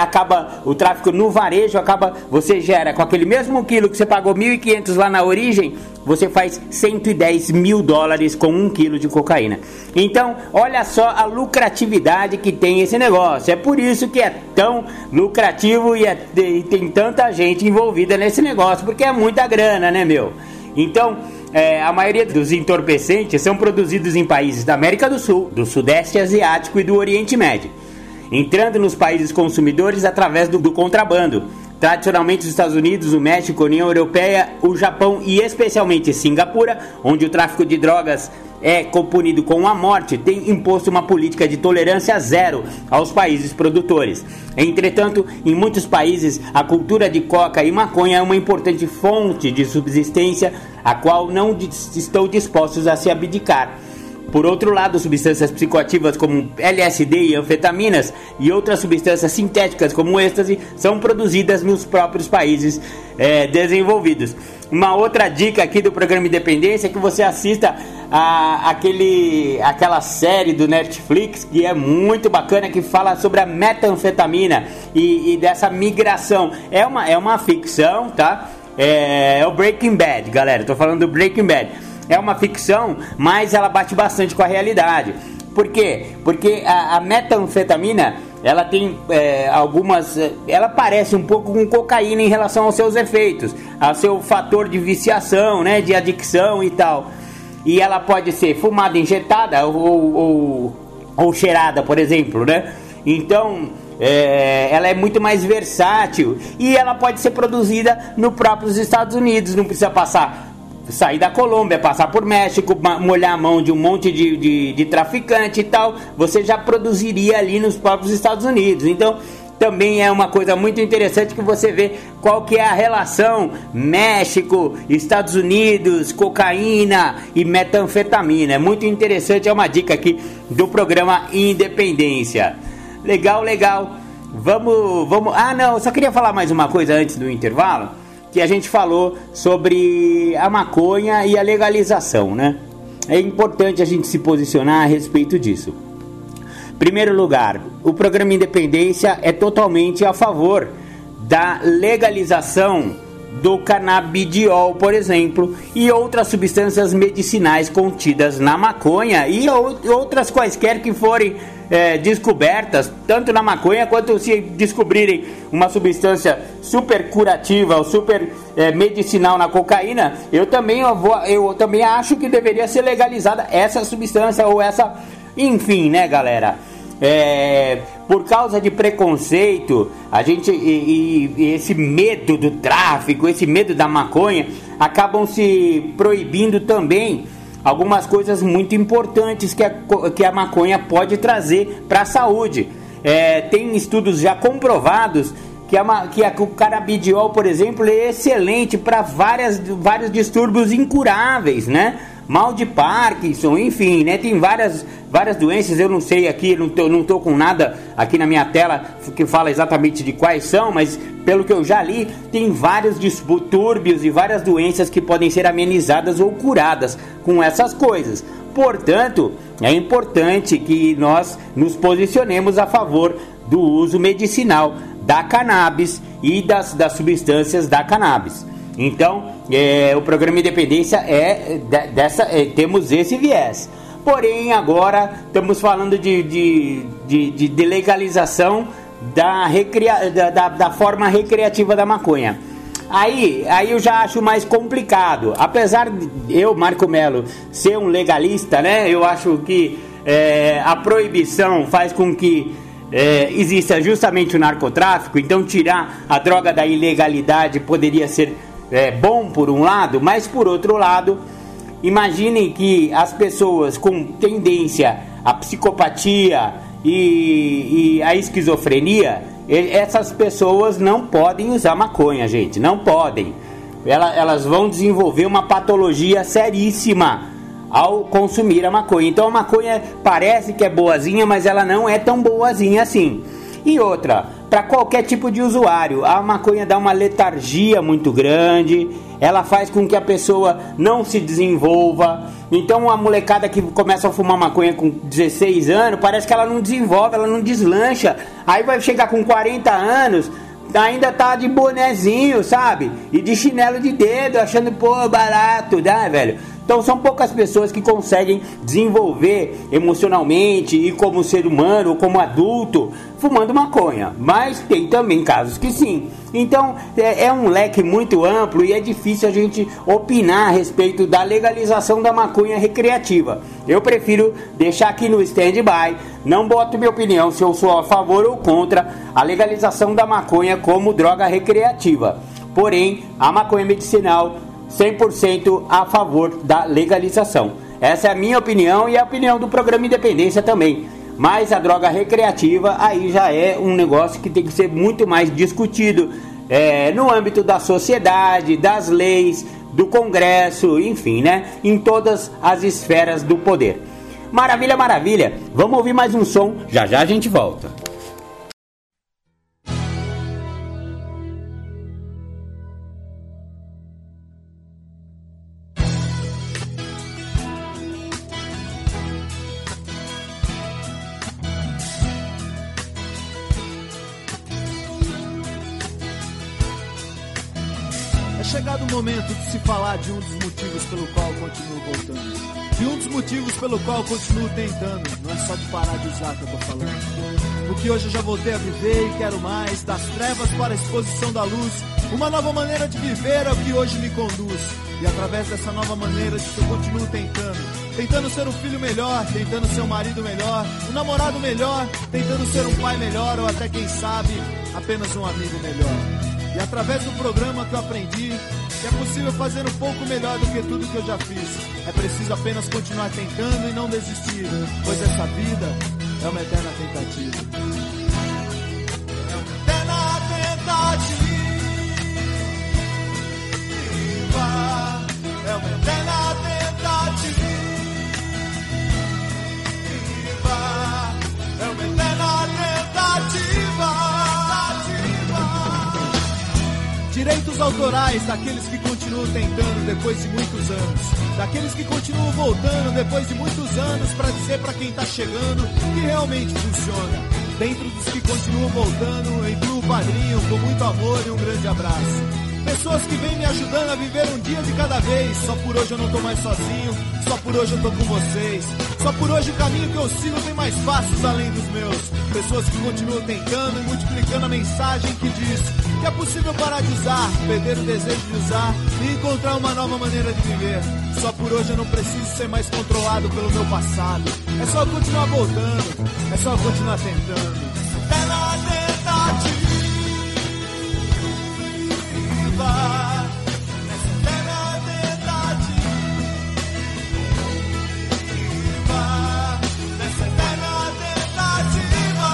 no varejo você gera com aquele mesmo quilo que você pagou 1.500 lá na origem, você faz $110 mil com 1 quilo de cocaína. Então, olha só a lucratividade que tem esse negócio. É por isso que é tão lucrativo e tem tanta gente envolvida nesse negócio, porque é muita grana, né, meu? Então, a maioria dos entorpecentes são produzidos em países da América do Sul, do Sudeste Asiático e do Oriente Médio, entrando nos países consumidores através do contrabando. Tradicionalmente os Estados Unidos, o México, a União Europeia, o Japão e especialmente Singapura, onde o tráfico de drogas é punido com a morte, tem imposto uma política de tolerância zero aos países produtores. Entretanto, em muitos países, a cultura de coca e maconha é uma importante fonte de subsistência, a qual não estão dispostos a se abdicar. Por outro lado, substâncias psicoativas como LSD e anfetaminas e outras substâncias sintéticas como êxtase são produzidas nos próprios países desenvolvidos. Uma outra dica aqui do programa Independência é que você assista aquela série do Netflix que é muito bacana, que fala sobre a metanfetamina e dessa migração. É uma ficção, tá? É o Breaking Bad, galera. Tô falando do Breaking Bad. É uma ficção, mas ela bate bastante com a realidade. Por quê? Porque a metanfetamina, ela tem ela parece um pouco com cocaína em relação aos seus efeitos, ao seu fator de viciação, né, de adicção e tal. E ela pode ser fumada, injetada ou cheirada, por exemplo, né? Então, ela é muito mais versátil e ela pode ser produzida nos próprios Estados Unidos. Não precisa sair da Colômbia, passar por México, molhar a mão de um monte de traficante e tal. Você já produziria ali nos próprios Estados Unidos. Então também é uma coisa muito interessante que você vê qual que é a relação México, Estados Unidos, cocaína e metanfetamina. É muito interessante, é uma dica aqui do programa Independência. Legal. Vamos. Eu só queria falar mais uma coisa antes do intervalo, que a gente falou sobre a maconha e a legalização, né? É importante a gente se posicionar a respeito disso. Primeiro lugar, o programa Independência é totalmente a favor da legalização do canabidiol, por exemplo, e outras substâncias medicinais contidas na maconha e outras quaisquer que forem descobertas, tanto na maconha quanto se descobrirem uma substância super curativa ou super medicinal na cocaína. Eu também acho que deveria ser legalizada essa substância ou essa, enfim, né, galera? Por causa de preconceito, a gente e esse medo do tráfico, esse medo da maconha, acabam se proibindo também algumas coisas muito importantes que a maconha pode trazer para a saúde. Tem estudos já comprovados que o canabidiol, por exemplo, é excelente para vários distúrbios incuráveis, né? Mal de Parkinson, enfim, né? Tem várias doenças, eu não sei aqui, não tô com nada aqui na minha tela que fala exatamente de quais são, mas pelo que eu já li, tem vários distúrbios e várias doenças que podem ser amenizadas ou curadas com essas coisas. Portanto, é importante que nós nos posicionemos a favor do uso medicinal da cannabis e das substâncias da cannabis. Então, o programa Independência temos esse viés. Porém, agora estamos falando de legalização da forma recreativa da maconha. Aí eu já acho mais complicado. Apesar de eu, Marco Melo, ser um legalista, né? Eu acho que a proibição faz com que exista justamente o narcotráfico. Então, tirar a droga da ilegalidade poderia ser bom por um lado, mas por outro lado, imaginem que as pessoas com tendência à psicopatia e à esquizofrenia, essas pessoas não podem usar maconha, gente, não podem. Elas vão desenvolver uma patologia seríssima ao consumir a maconha. Então a maconha parece que é boazinha, mas ela não é tão boazinha assim. E outra, para qualquer tipo de usuário, a maconha dá uma letargia muito grande, ela faz com que a pessoa não se desenvolva. Então a molecada que começa a fumar maconha com 16 anos, parece que ela não desenvolve, ela não deslancha. Aí vai chegar com 40 anos, ainda tá de bonezinho, sabe? E de chinelo de dedo, achando, pô, barato, né, velho? Então são poucas pessoas que conseguem desenvolver emocionalmente e como ser humano ou como adulto fumando maconha, mas tem também casos que sim. Então é um leque muito amplo e é difícil a gente opinar a respeito da legalização da maconha recreativa. Eu prefiro deixar aqui no stand-by, não boto minha opinião se eu sou a favor ou contra a legalização da maconha como droga recreativa. Porém, a maconha medicinal 100% a favor da legalização. Essa é a minha opinião e a opinião do programa Independência também. Mas a droga recreativa aí já é um negócio que tem que ser muito mais discutido no âmbito da sociedade, das leis, do Congresso, enfim, né? Em todas as esferas do poder. Maravilha, maravilha. Vamos ouvir mais um som, já já a gente volta. Chegado o momento de se falar de um dos motivos pelo qual eu continuo voltando. De um dos motivos pelo qual eu continuo tentando. Não é só de parar de usar que eu tô falando. Porque hoje eu já voltei a viver e quero mais. Das trevas para a exposição da luz. Uma nova maneira de viver é o que hoje me conduz. E através dessa nova maneira eu continuo tentando. Tentando ser um filho melhor, tentando ser um marido melhor, um namorado melhor, tentando ser um pai melhor ou até quem sabe, apenas um amigo melhor. E através do programa que eu aprendi que é possível fazer um pouco melhor do que tudo que eu já fiz. É preciso apenas continuar tentando e não desistir, pois essa vida é uma eterna tentativa. É uma eterna tentativa. É uma eterna tentativa. É uma eterna tentativa. Direitos autorais daqueles que continuam tentando depois de muitos anos. Daqueles que continuam voltando depois de muitos anos para dizer para quem tá chegando que realmente funciona. Dentro dos que continuam voltando, eu incluo o padrinho com muito amor e um grande abraço. Pessoas que vêm me ajudando a viver um dia de cada vez. Só por hoje eu não tô mais sozinho, só por hoje eu tô com vocês. Só por hoje o caminho que eu sigo tem mais passos além dos meus. Pessoas que continuam tentando e multiplicando a mensagem que diz que é possível parar de usar, perder o desejo de usar e encontrar uma nova maneira de viver. Só por hoje eu não preciso ser mais controlado pelo meu passado. É só continuar voltando, é só continuar tentando. É na tentativa. Nessa eterna tentativa. Nessa eterna tentativa.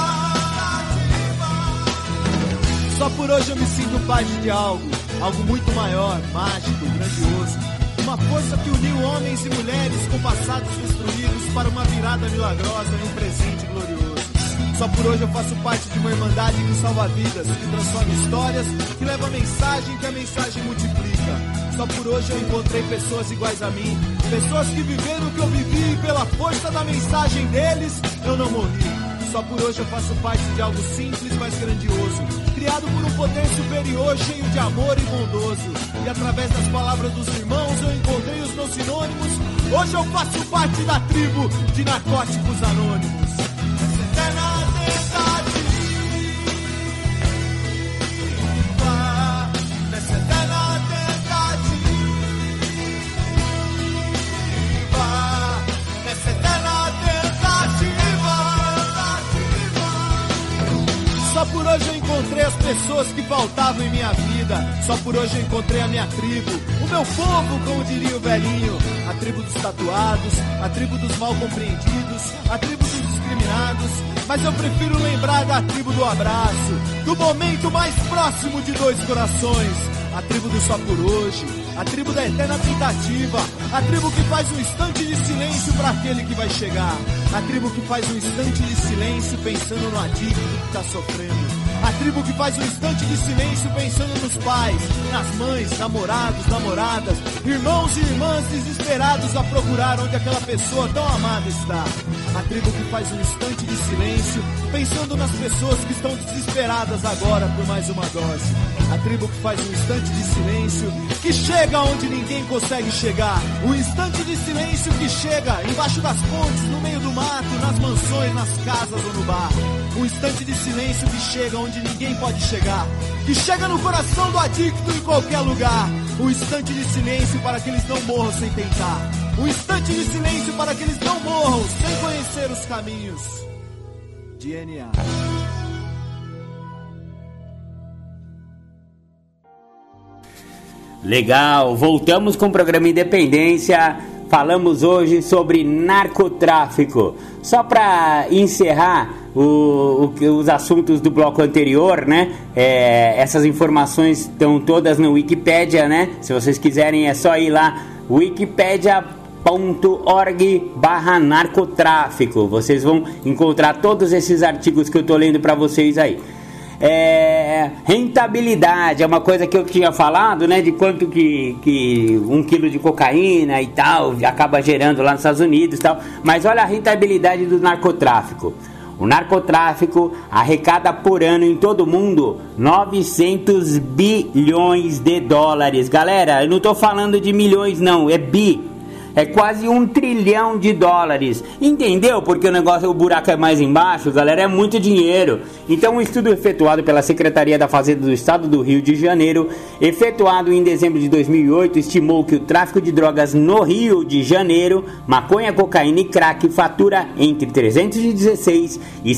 Só por hoje eu me sinto parte de algo muito maior, mágico, grandioso. Uma força que uniu homens e mulheres com passados destruídos para uma virada milagrosa e um presente glorioso. Só por hoje eu faço parte de uma irmandade que salva vidas, que transforma histórias, que leva a mensagem que a mensagem multiplica. Só por hoje eu encontrei pessoas iguais a mim, pessoas que viveram o que eu vivi e pela força da mensagem deles eu não morri. Só por hoje eu faço parte de algo simples, mas grandioso, criado por um poder superior, cheio de amor e bondoso. E através das palavras dos irmãos eu encontrei os meus sinônimos. Hoje eu faço parte da tribo de Narcóticos Anônimos. Essa eterna tentativa. Nessa eterna tentativa. Nessa eterna tentativa. Só por hoje eu encontrei as pessoas pessoas que faltavam em minha vida. Só por hoje eu encontrei a minha tribo, o meu povo, como diria o velhinho. A tribo dos tatuados, a tribo dos mal compreendidos, a tribo dos discriminados. Mas eu prefiro lembrar da tribo do abraço, do momento mais próximo de dois corações. A tribo do só por hoje, a tribo da eterna tentativa, a tribo que faz um instante de silêncio para aquele que vai chegar, a tribo que faz um instante de silêncio pensando no adicto que está sofrendo, a tribo que faz um instante de silêncio pensando nos pais, nas mães, namorados, namoradas, irmãos e irmãs desesperados a procurar onde aquela pessoa tão amada está, a tribo que faz um instante de silêncio pensando nas pessoas que estão desesperadas agora por mais uma dose, a tribo que faz um instante de silêncio que chega onde ninguém consegue chegar, um instante de silêncio que chega embaixo das pontes, no meio do mato, nas mansões, nas casas ou no bar, um instante de silêncio que chega onde ninguém pode chegar, que chega no coração do adicto em qualquer lugar, um instante de silêncio para que eles não morram sem tentar, um instante de silêncio para que eles não morram sem conhecer os caminhos de NA. Legal, voltamos com o programa Independência. Falamos hoje sobre narcotráfico. Só para encerrar os assuntos do bloco anterior, né? Essas informações estão todas no Wikipédia, né? Se vocês quiserem é só ir lá, wikipedia.org/narcotráfico. Vocês vão encontrar todos esses artigos que eu tô lendo para vocês aí. Rentabilidade é uma coisa que eu tinha falado, né, de quanto que 1 quilo de cocaína e tal acaba gerando lá nos Estados Unidos e tal, mas olha a rentabilidade do narcotráfico. O narcotráfico arrecada por ano em todo o mundo 900 bilhões de dólares. Galera, eu não tô falando de milhões não, é bi. É quase 1 trilhão de dólares. Entendeu? Porque o buraco é mais embaixo, galera, é muito dinheiro. Então, um estudo efetuado pela Secretaria da Fazenda do Estado do Rio de Janeiro, efetuado em dezembro de 2008, estimou que o tráfico de drogas no Rio de Janeiro, maconha, cocaína e crack, fatura entre 316 e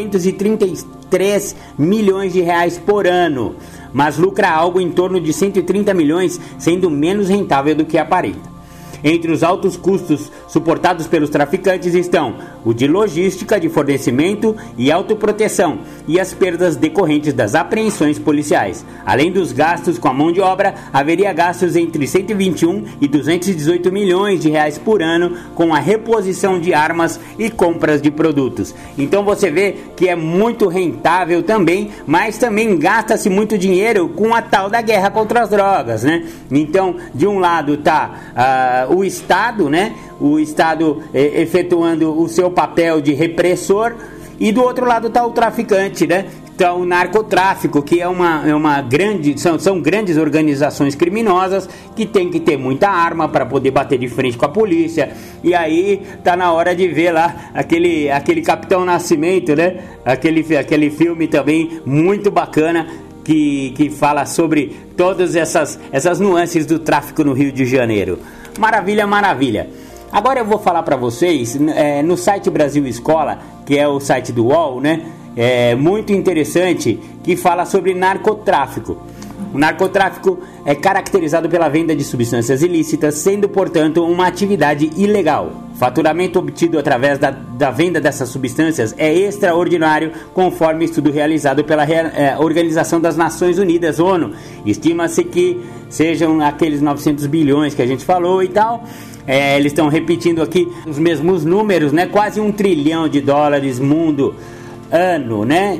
633 milhões de reais por ano, mas lucra algo em torno de 130 milhões, sendo menos rentável do que aparenta. Entre os altos custos suportados pelos traficantes estão o de logística, de fornecimento e autoproteção e as perdas decorrentes das apreensões policiais. Além dos gastos com a mão de obra, haveria gastos entre 121 e 218 milhões de reais por ano com a reposição de armas e compras de produtos. Então você vê que é muito rentável também, mas também gasta-se muito dinheiro com a tal da guerra contra as drogas, né? Então, de um lado está o Estado, né? O Estado efetuando o seu papel de repressor, e do outro lado está o traficante, né? Então, o narcotráfico, que é uma grande, são grandes organizações criminosas que tem que ter muita arma para poder bater de frente com a polícia. E aí tá na hora de ver lá aquele Capitão Nascimento, né? Aquele filme também muito bacana que fala sobre todas essas nuances do tráfico no Rio de Janeiro. Maravilha, maravilha. Agora eu vou falar para vocês no site Brasil Escola, que é o site do UOL, né? É muito interessante, que fala sobre narcotráfico. O narcotráfico é caracterizado pela venda de substâncias ilícitas, sendo, portanto, uma atividade ilegal. O faturamento obtido através da venda dessas substâncias é extraordinário, conforme estudo realizado pela Organização das Nações Unidas, ONU. Estima-se que sejam aqueles 900 bilhões que a gente falou e tal. Eles estão repetindo aqui os mesmos números, né? Quase 1 trilhão de dólares mundo ano, né?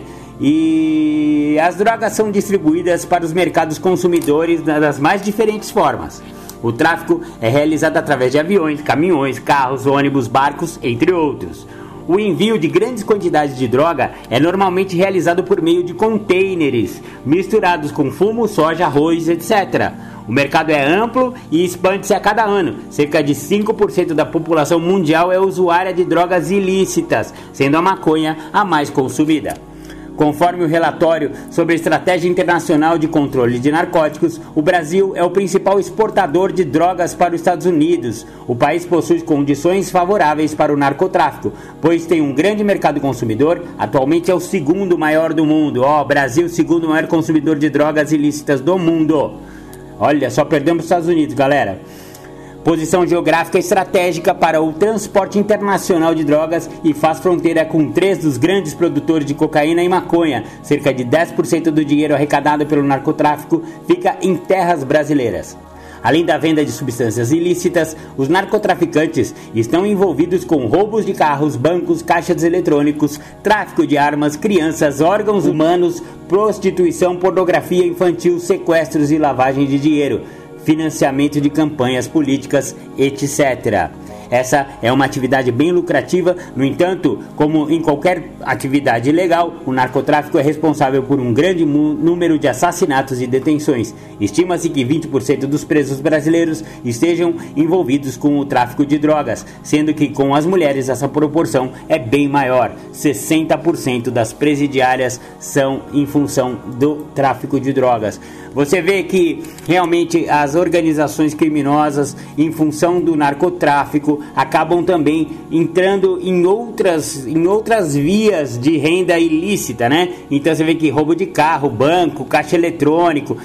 E as drogas são distribuídas para os mercados consumidores das mais diferentes formas. O tráfico é realizado através de aviões, caminhões, carros, ônibus, barcos, entre outros. O envio de grandes quantidades de droga é normalmente realizado por meio de contêineres misturados com fumo, soja, arroz, etc. O mercado é amplo e expande-se a cada ano. Cerca de 5% da população mundial é usuária de drogas ilícitas, sendo a maconha a mais consumida. Conforme o relatório sobre a Estratégia Internacional de Controle de Narcóticos, o Brasil é o principal exportador de drogas para os Estados Unidos. O país possui condições favoráveis para o narcotráfico, pois tem um grande mercado consumidor, atualmente é o segundo maior do mundo. Brasil, segundo maior consumidor de drogas ilícitas do mundo. Olha, só perdemos os Estados Unidos, galera. Posição geográfica estratégica para o transporte internacional de drogas e faz fronteira com 3 dos grandes produtores de cocaína e maconha. Cerca de 10% do dinheiro arrecadado pelo narcotráfico fica em terras brasileiras. Além da venda de substâncias ilícitas, os narcotraficantes estão envolvidos com roubos de carros, bancos, caixas eletrônicos, tráfico de armas, crianças, órgãos humanos, prostituição, pornografia infantil, sequestros e lavagem de dinheiro, financiamento de campanhas políticas, etc. Essa é uma atividade bem lucrativa. No entanto, como em qualquer atividade ilegal, o narcotráfico é responsável por um grande número de assassinatos e detenções. Estima-se que 20% dos presos brasileiros estejam envolvidos com o tráfico de drogas, sendo que com as mulheres essa proporção é bem maior. 60% das presidiárias são em função do tráfico de drogas. Você vê que realmente as organizações criminosas, em função do narcotráfico, acabam também entrando em outras vias de renda ilícita, né? Então você vê que roubo de carro, banco, caixa eletrônico,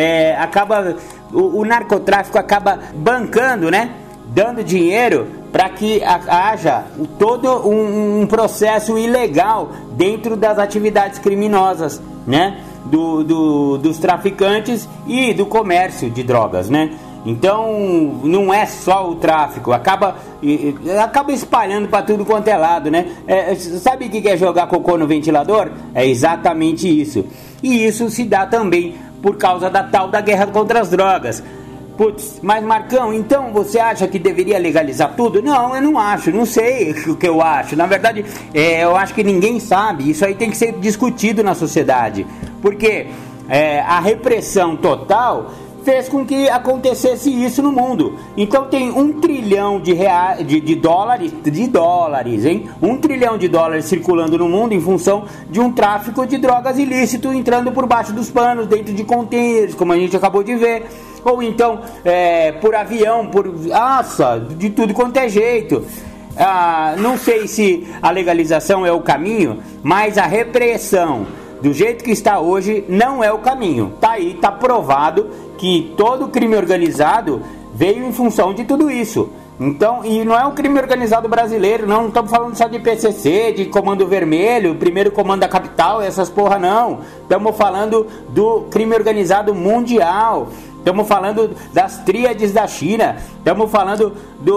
o narcotráfico acaba bancando, né? Dando dinheiro para que haja todo um processo ilegal dentro das atividades criminosas, né? Dos traficantes e do comércio de drogas, né? Então não é só o tráfico, acaba espalhando para tudo quanto é lado, né? Sabe o que é jogar cocô no ventilador? É exatamente isso. E isso se dá também por causa da tal da guerra contra as drogas. Putz, mas Marcão, então você acha que deveria legalizar tudo? Não, eu não acho, não sei o que eu acho. Na verdade, eu acho que ninguém sabe. Isso aí tem que ser discutido na sociedade. Porque a repressão total fez com que acontecesse isso no mundo. Então tem 1 trilhão de dólares, hein? 1 trilhão de dólares circulando no mundo em função de um tráfico de drogas ilícito entrando por baixo dos panos, dentro de contêineres, como a gente acabou de ver. Ou então por avião, de tudo quanto é jeito. Não sei se a legalização é o caminho, mas a repressão do jeito que está hoje não é o caminho. Tá aí, tá provado que todo crime organizado veio em função de tudo isso. Então, e não é um crime organizado brasileiro, não estamos falando só de PCC, de Comando Vermelho, Primeiro Comando da Capital, essas porra não. Estamos falando do crime organizado mundial. Estamos falando das tríades da China. Estamos falando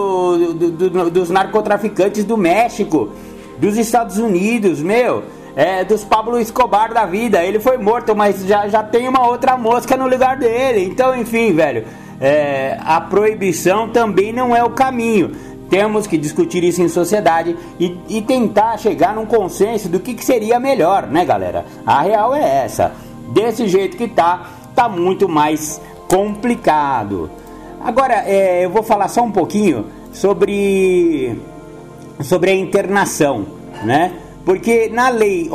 dos narcotraficantes do México, dos Estados Unidos, dos Pablo Escobar da vida. Ele foi morto, mas já tem uma outra mosca no lugar dele. Então, enfim, velho, a proibição também não é o caminho. Temos que discutir isso em sociedade e tentar chegar num consenso do que seria melhor, né, galera? A real é essa. Desse jeito que tá muito mais complicado. Agora, eu vou falar só um pouquinho sobre a internação, né? Porque na Lei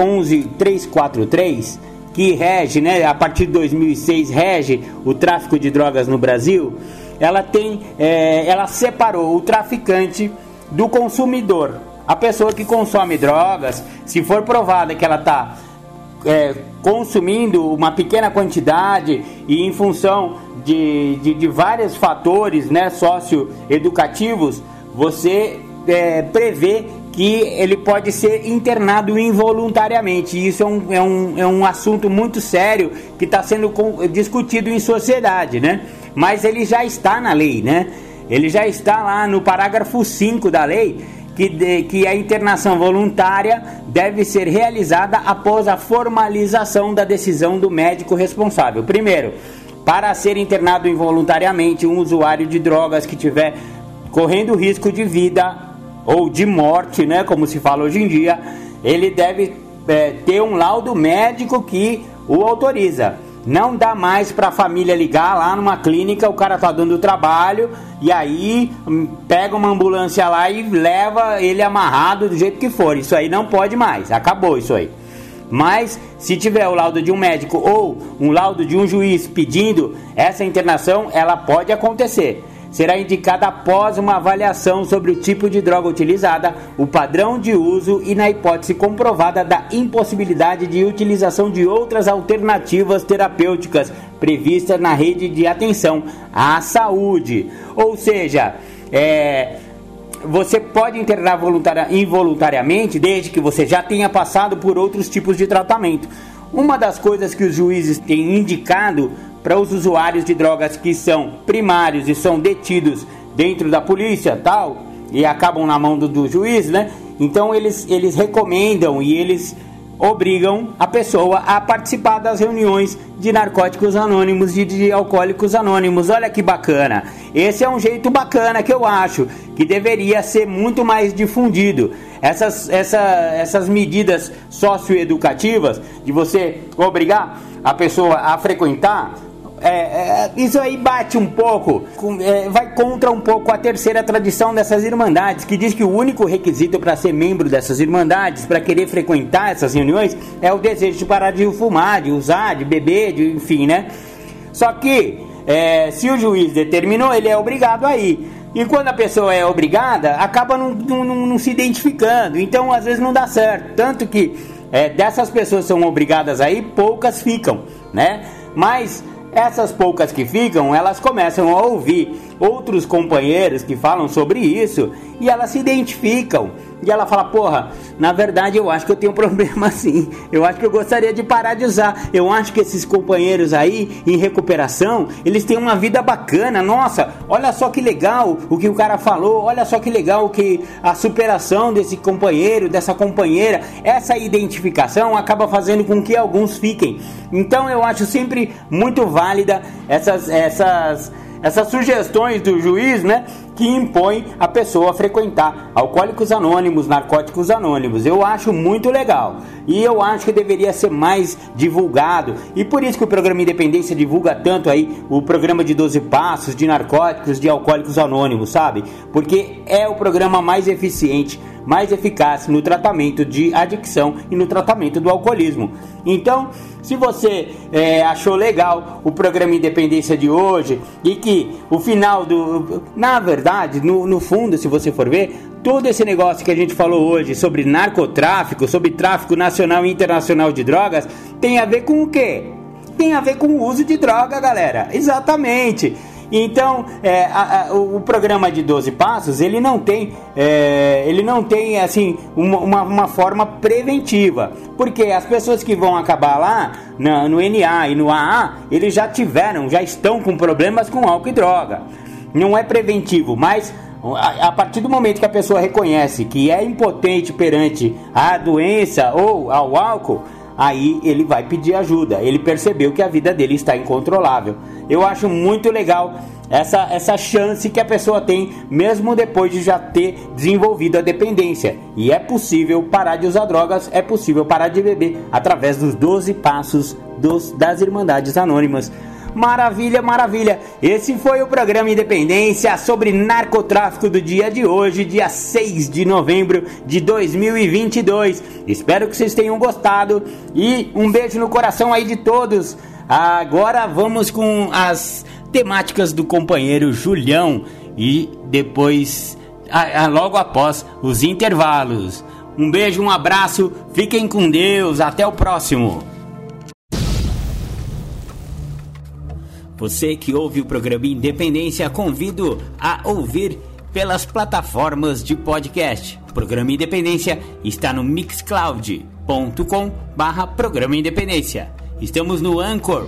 11.343, que rege, né, a partir de 2006, rege o tráfico de drogas no Brasil, ela separou o traficante do consumidor. A pessoa que consome drogas, se for provada que ela está consumindo uma pequena quantidade e em função de vários fatores, né, socioeducativos, você prevê que ele pode ser internado involuntariamente. Isso é um assunto muito sério que está sendo discutido em sociedade, né? Mas ele já está na lei, né? Ele já está lá no parágrafo 5 da lei, que a internação voluntária deve ser realizada após a formalização da decisão do médico responsável. Primeiro, para ser internado involuntariamente, um usuário de drogas que tiver correndo risco de vida ou de morte, né, como se fala hoje em dia, ele deve ter um laudo médico que o autoriza. Não dá mais para a família ligar lá numa clínica, o cara tá dando trabalho e aí pega uma ambulância lá e leva ele amarrado do jeito que for. Isso aí não pode mais, acabou isso aí. Mas se tiver o laudo de um médico ou um laudo de um juiz pedindo essa internação, ela pode acontecer. Será indicada após uma avaliação sobre o tipo de droga utilizada, o padrão de uso e na hipótese comprovada da impossibilidade de utilização de outras alternativas terapêuticas previstas na rede de atenção à saúde. Ou seja, você pode internar involuntariamente desde que você já tenha passado por outros tipos de tratamento. Uma das coisas que os juízes têm indicado para os usuários de drogas que são primários e são detidos dentro da polícia tal, e acabam na mão do juiz, né? Então eles recomendam e eles obrigam a pessoa a participar das reuniões de narcóticos anônimos e de alcoólicos anônimos. Olha que bacana. Esse é um jeito bacana que eu acho que deveria ser muito mais difundido. Essas medidas socioeducativas de você obrigar a pessoa a frequentar, isso aí bate um pouco, vai contra um pouco a terceira tradição dessas irmandades, que diz que o único requisito para ser membro dessas irmandades, para querer frequentar essas reuniões, é o desejo de parar de fumar, de usar, de beber, enfim, né? Só que, se o juiz determinou, ele é obrigado a ir. E quando a pessoa é obrigada, acaba não se identificando, então às vezes não dá certo. Tanto que dessas pessoas que são obrigadas a ir, poucas ficam, né? Mas essas poucas que ficam, elas começam a ouvir outros companheiros que falam sobre isso e elas se identificam. E ela fala, porra, na verdade eu acho que eu tenho um problema assim, eu acho que eu gostaria de parar de usar, eu acho que esses companheiros aí em recuperação, eles têm uma vida bacana, nossa, olha só que legal o que o cara falou, olha só que legal que a superação desse companheiro, dessa companheira, essa identificação acaba fazendo com que alguns fiquem. Então eu acho sempre muito válida essas sugestões do juiz, né, que impõe a pessoa a frequentar Alcoólicos Anônimos, Narcóticos Anônimos. Eu acho muito legal e eu acho que deveria ser mais divulgado, e por isso que o programa Independência divulga tanto aí o programa de 12 passos de narcóticos, de Alcoólicos Anônimos, sabe? Porque é o programa mais eficiente, mais eficaz no tratamento de adicção e no tratamento do alcoolismo. Então, se você achou legal o programa Independência de hoje e que o final na verdade, no fundo, se você for ver, todo esse negócio que a gente falou hoje sobre narcotráfico, sobre tráfico nacional e internacional de drogas, tem a ver com o quê? Tem a ver com o uso de droga, galera. Exatamente. Então, o programa de 12 passos, ele não tem assim, uma forma preventiva, porque as pessoas que vão acabar lá no NA e no AA, eles já estão com problemas com álcool e droga. Não é preventivo, mas a partir do momento que a pessoa reconhece que é impotente perante a doença ou ao álcool, aí ele vai pedir ajuda. Ele percebeu que a vida dele está incontrolável. Eu acho muito legal essa chance que a pessoa tem, mesmo depois de já ter desenvolvido a dependência. E é possível parar de usar drogas, é possível parar de beber através dos 12 passos das Irmandades Anônimas. Maravilha, maravilha. Esse foi o programa Independência sobre narcotráfico do dia de hoje, dia 6 de novembro de 2022. Espero que vocês tenham gostado e um beijo no coração aí de todos. Agora vamos com as temáticas do companheiro Julião e depois, logo após os intervalos. Um beijo, um abraço, fiquem com Deus, até o próximo. Você que ouve o programa Independência, convido a ouvir pelas plataformas de podcast. O programa Independência está no mixcloud.com/programa Independência. Estamos no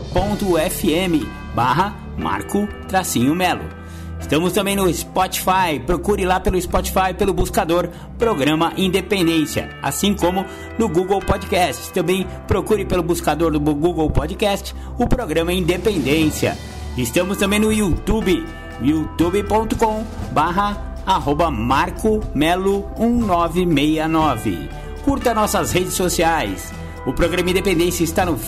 anchor.fm/Marco-Melo. Estamos também no Spotify. Procure lá pelo Spotify, pelo buscador Programa Independência, assim como no Google Podcast. Também procure pelo buscador do Google Podcast o Programa Independência. Estamos também no YouTube, youtube.com/MarcoMelo1969. Curta nossas redes sociais. O Programa Independência está no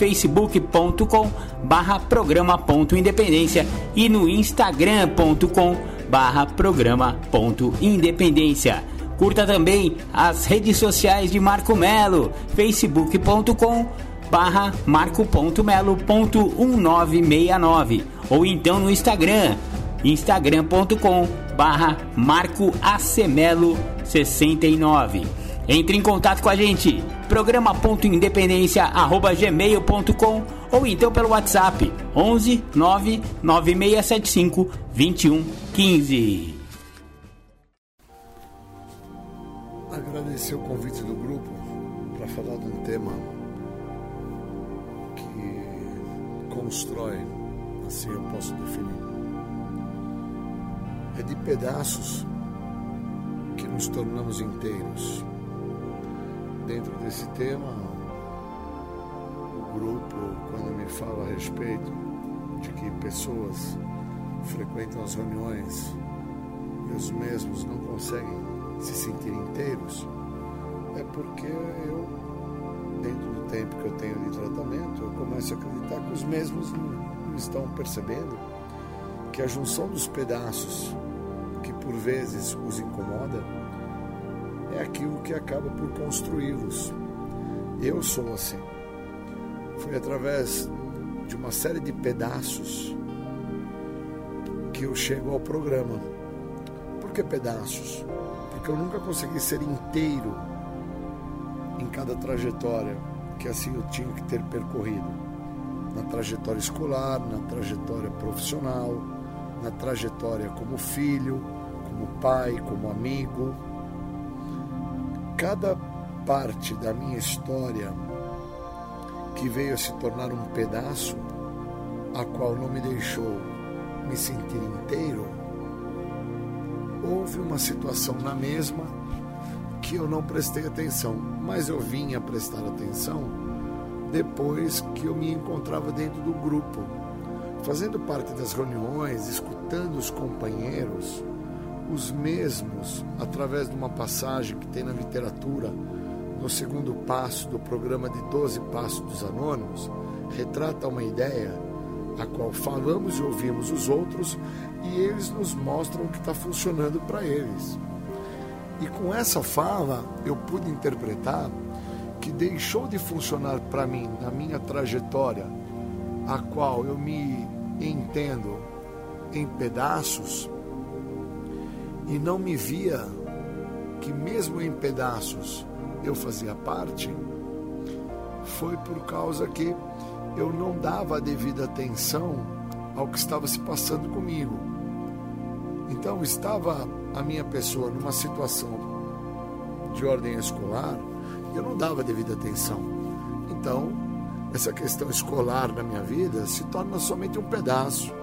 facebook.com/programa.independência e no instagram.com/programa.independência. Curta também as redes sociais de Marco Melo, facebook.com/marco.melo.1969 ou então no Instagram, instagram.com/marcoacmelo69. Entre em contato com a gente, programa.independência@gmail.com ou então pelo WhatsApp 11 99675 2115. Agradecer o convite do grupo para falar de um tema que constrói, assim eu posso definir. É de pedaços que nos tornamos inteiros. Dentro desse tema, o grupo, quando me fala a respeito de que pessoas frequentam as reuniões e os mesmos não conseguem se sentir inteiros, é porque eu, dentro do tempo que eu tenho de tratamento, eu começo a acreditar que os mesmos não estão percebendo que a junção dos pedaços que por vezes os incomoda é aquilo que acaba por construí-los. Eu sou assim. Foi através de uma série de pedaços que eu chego ao programa. Por que pedaços? Porque eu nunca consegui ser inteiro em cada trajetória que assim eu tinha que ter percorrido. Na trajetória escolar, na trajetória profissional, na trajetória como filho, como pai, como amigo. Cada parte da minha história que veio a se tornar um pedaço, a qual não me deixou me sentir inteiro, houve uma situação na mesma que eu não prestei atenção, mas eu vim a prestar atenção depois que eu me encontrava dentro do grupo, fazendo parte das reuniões, escutando os companheiros, os mesmos, através de uma passagem que tem na literatura, no segundo passo do programa de 12 Passos dos Anônimos, retrata uma ideia a qual falamos e ouvimos os outros e eles nos mostram o que está funcionando para eles. E com essa fala eu pude interpretar que deixou de funcionar para mim na minha trajetória, a qual eu me entendo em pedaços, e não me via que mesmo em pedaços eu fazia parte, foi por causa que eu não dava a devida atenção ao que estava se passando comigo. Então estava a minha pessoa numa situação de ordem escolar e eu não dava a devida atenção. Então essa questão escolar na minha vida se torna somente um pedaço.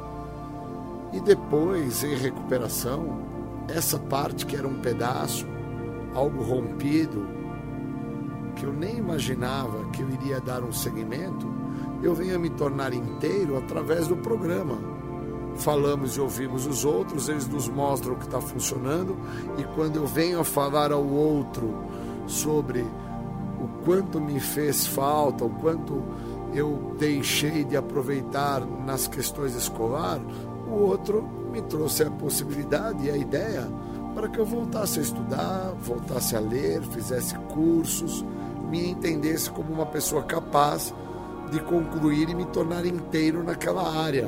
E depois, em recuperação, essa parte que era um pedaço, algo rompido, que eu nem imaginava que eu iria dar um segmento, eu venho a me tornar inteiro através do programa. Falamos e ouvimos os outros, eles nos mostram o que está funcionando, e quando eu venho a falar ao outro sobre o quanto me fez falta, o quanto eu deixei de aproveitar nas questões escolares, o outro me trouxe a possibilidade e a ideia para que eu voltasse a estudar, voltasse a ler, fizesse cursos, me entendesse como uma pessoa capaz de concluir e me tornar inteiro naquela área.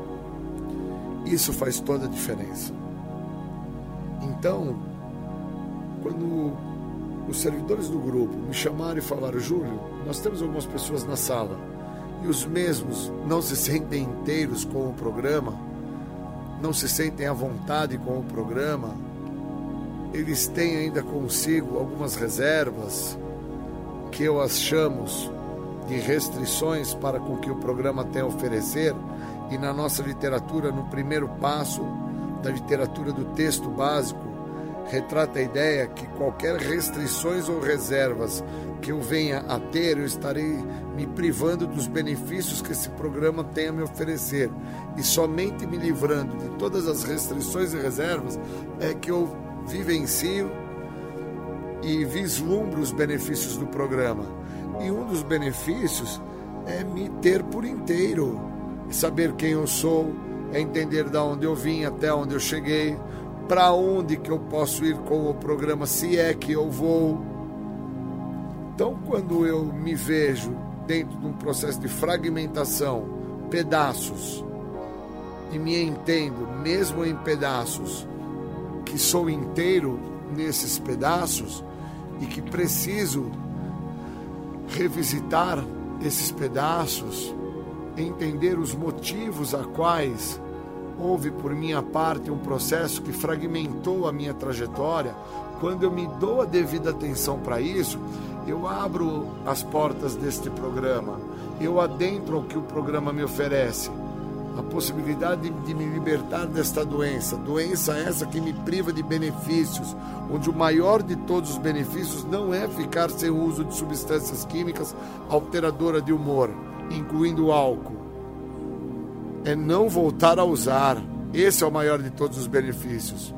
Isso faz toda a diferença. Então, quando os servidores do grupo me chamaram e falaram: Júlio, nós temos algumas pessoas na sala e os mesmos não se sentem inteiros com o programa, não se sentem à vontade com o programa, eles têm ainda consigo algumas reservas, que eu as chamo de restrições para com que o programa tem a oferecer, e na nossa literatura, no primeiro passo da literatura do texto básico, retrata a ideia que qualquer restrições ou reservas que eu venha a ter, eu estarei me privando dos benefícios que esse programa tem a me oferecer. E somente me livrando de todas as restrições e reservas é que eu vivencio e vislumbro os benefícios do programa. E um dos benefícios é me ter por inteiro, saber quem eu sou, é entender de onde eu vim até onde eu cheguei, para onde que eu posso ir com o programa, se é que eu vou. Então, quando eu me vejo dentro de um processo de fragmentação, pedaços, e me entendo, mesmo em pedaços, que sou inteiro nesses pedaços e que preciso revisitar esses pedaços, entender os motivos a quais houve por minha parte um processo que fragmentou a minha trajetória. Quando eu me dou a devida atenção para isso, eu abro as portas deste programa, eu adentro ao que o programa me oferece, a possibilidade de me libertar desta doença essa que me priva de benefícios, onde o maior de todos os benefícios não é ficar sem o uso de substâncias químicas alteradoras de humor, incluindo o álcool. É não voltar a usar. Esse é o maior de todos os benefícios.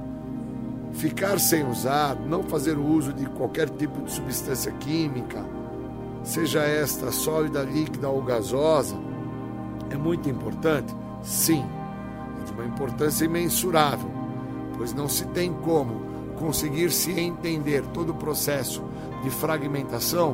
Ficar sem usar, não fazer o uso de qualquer tipo de substância química, seja esta sólida, líquida ou gasosa, é muito importante? Sim, é de uma importância imensurável, pois não se tem como conseguir se entender todo o processo de fragmentação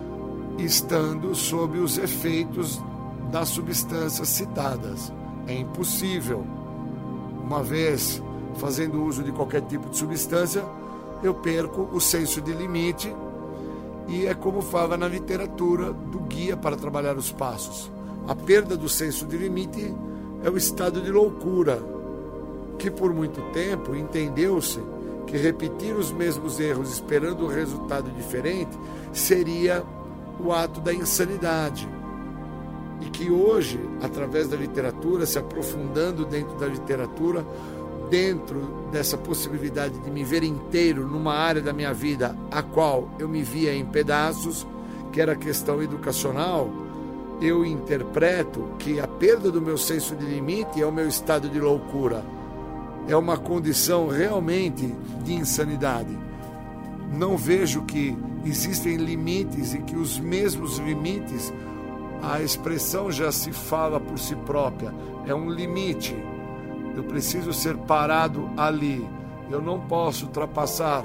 estando sob os efeitos das substâncias citadas. É impossível. Uma vez fazendo uso de qualquer tipo de substância, eu perco o senso de limite, e é como fala na literatura do Guia para Trabalhar os Passos. A perda do senso de limite é o estado de loucura, que por muito tempo entendeu-se que repetir os mesmos erros esperando um resultado diferente seria o ato da insanidade. E que hoje, através da literatura, se aprofundando dentro da literatura, dentro dessa possibilidade de me ver inteiro numa área da minha vida a qual eu me via em pedaços, que era a questão educacional, eu interpreto que a perda do meu senso de limite é o meu estado de loucura. É uma condição realmente de insanidade. Não vejo que existem limites e que os mesmos limites, a expressão já se fala por si própria, é um limite. Eu preciso ser parado ali. Eu não posso ultrapassar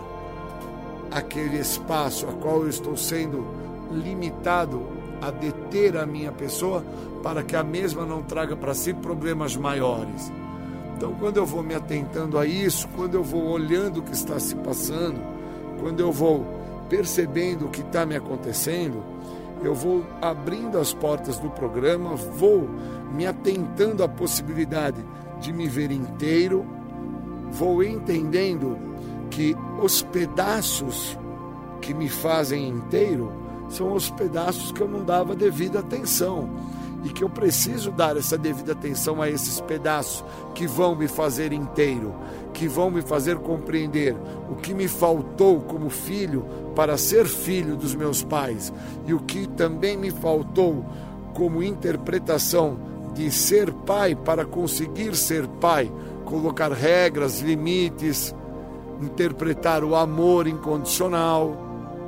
aquele espaço a qual eu estou sendo limitado a deter a minha pessoa para que a mesma não traga para si problemas maiores. Então, quando eu vou me atentando a isso, quando eu vou olhando o que está se passando, quando eu vou percebendo o que está me acontecendo, eu vou abrindo as portas do programa, vou me atentando à possibilidade de me ver inteiro, vou entendendo que os pedaços que me fazem inteiro são os pedaços que eu não dava devida atenção, e que eu preciso dar essa devida atenção a esses pedaços que vão me fazer inteiro, que vão me fazer compreender o que me faltou como filho para ser filho dos meus pais, e o que também me faltou como interpretação de ser pai para conseguir ser pai, colocar regras, limites, interpretar o amor incondicional,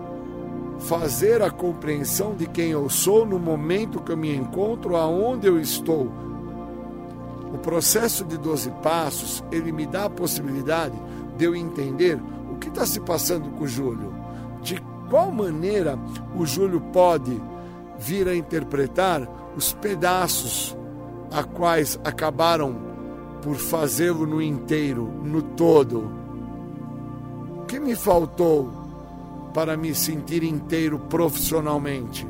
fazer a compreensão de quem eu sou no momento que eu me encontro, aonde eu estou. O processo de 12 passos, ele me dá a possibilidade de eu entender o que está se passando com o Júlio, de qual maneira o Júlio pode vir a interpretar os pedaços a quais acabaram por fazê-lo no inteiro, no todo. O que me faltou para me sentir inteiro profissionalmente?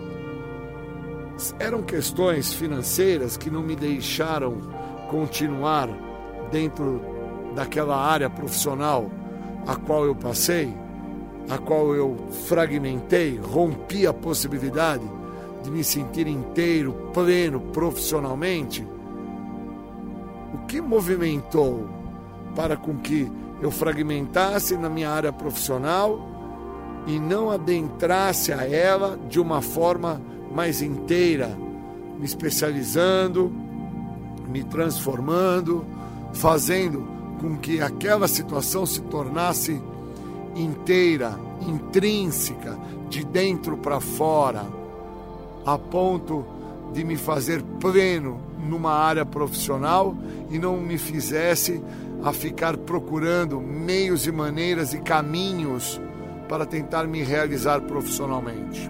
Eram questões financeiras que não me deixaram continuar dentro daquela área profissional a qual eu passei, a qual eu fragmentei, rompi a possibilidade de me sentir inteiro, pleno profissionalmente. O que movimentou para com que eu fragmentasse na minha área profissional e não adentrasse a ela de uma forma mais inteira, me especializando, me transformando, fazendo com que aquela situação se tornasse inteira, intrínseca, de dentro para fora, a ponto de me fazer pleno numa área profissional e não me fizesse a ficar procurando meios e maneiras e caminhos para tentar me realizar profissionalmente.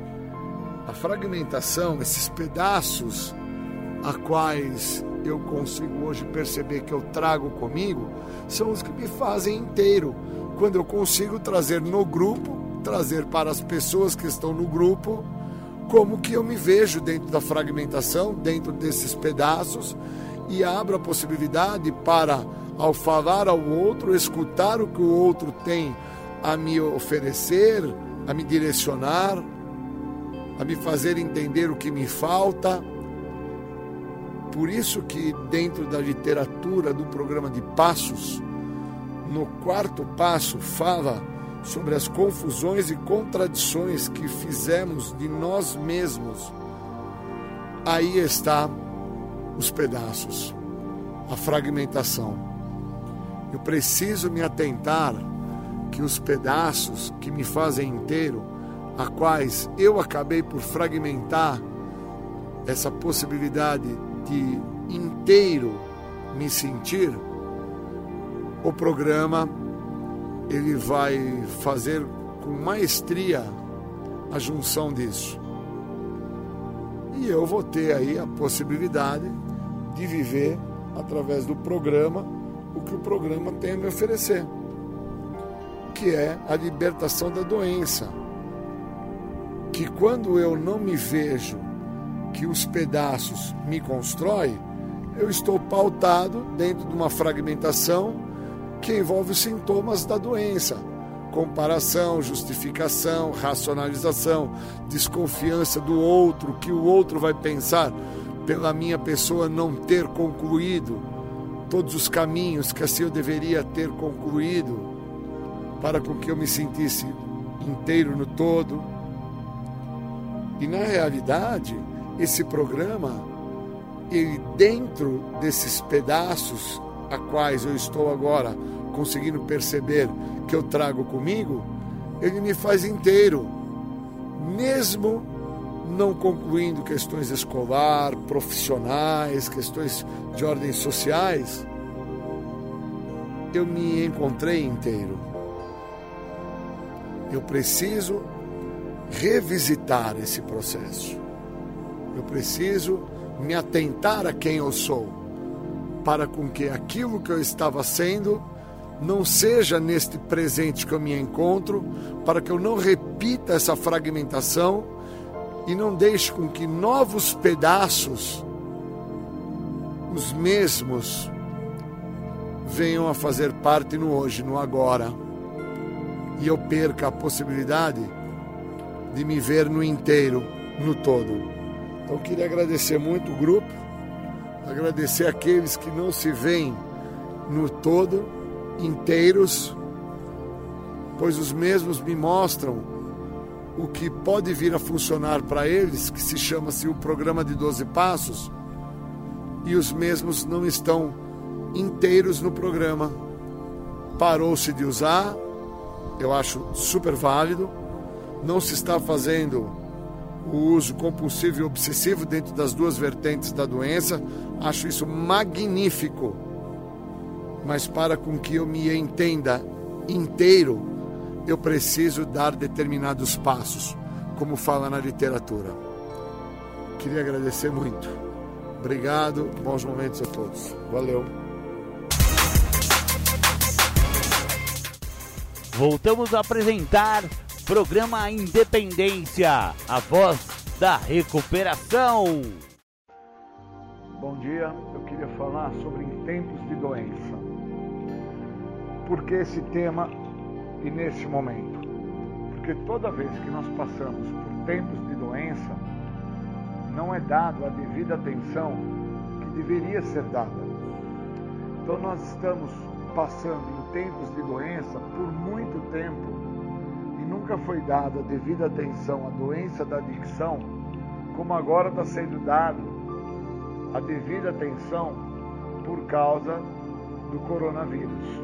A fragmentação, esses pedaços a quais eu consigo hoje perceber que eu trago comigo, são os que me fazem inteiro. Quando eu consigo trazer no grupo, trazer para as pessoas que estão no grupo, como que eu me vejo dentro da fragmentação, dentro desses pedaços, e abro a possibilidade para, ao falar ao outro, escutar o que o outro tem a me oferecer, a me direcionar, a me fazer entender o que me falta. Por isso que dentro da literatura do programa de passos, no 4º passo fala sobre as confusões e contradições que fizemos de nós mesmos. Aí está os pedaços, a fragmentação. Eu preciso me atentar que os pedaços que me fazem inteiro, a quais eu acabei por fragmentar essa possibilidade de inteiro me sentir, o programa ele vai fazer com maestria a junção disso. E eu vou ter aí a possibilidade de viver através do programa o que o programa tem a me oferecer, que é a libertação da doença. Que quando eu não me vejo que os pedaços me constroem, eu estou pautado dentro de uma fragmentação que envolve os sintomas da doença. Comparação, justificação, racionalização, desconfiança do outro, que o outro vai pensar pela minha pessoa não ter concluído todos os caminhos que assim eu deveria ter concluído para com que eu me sentisse inteiro no todo. E na realidade, esse programa, ele dentro desses pedaços a quais eu estou agora conseguindo perceber que eu trago comigo, ele me faz inteiro, mesmo não concluindo questões escolar, profissionais, questões de ordem sociais, eu me encontrei inteiro. Eu preciso revisitar esse processo. Eu preciso me atentar a quem eu sou, para com que aquilo que eu estava sendo não seja neste presente que eu me encontro, para que eu não repita essa fragmentação e não deixe com que novos pedaços, os mesmos, venham a fazer parte no hoje, no agora, e eu perca a possibilidade de me ver no inteiro, no todo. Então eu queria agradecer muito o grupo, agradecer aqueles que não se veem no todo, inteiros, pois os mesmos me mostram o que pode vir a funcionar para eles, que se chama-se o programa de 12 passos, e os mesmos não estão inteiros no programa. Parou-se de usar, eu acho super válido, não se está fazendo o uso compulsivo e obsessivo dentro das duas vertentes da doença, acho isso magnífico, mas para com que eu me entenda inteiro, eu preciso dar determinados passos, como fala na literatura. Queria agradecer muito. Obrigado, bons momentos a todos. Valeu. Voltamos a apresentar Programa Independência, a voz da recuperação. Bom dia, eu queria falar sobre em tempos de doença. Por que esse tema e nesse momento? Porque toda vez que nós passamos por tempos de doença, não é dado a devida atenção que deveria ser dada. Então nós estamos passando em tempos de doença por muito tempo e nunca foi dada a devida atenção à doença da adicção, como agora está sendo dado a devida atenção por causa do coronavírus.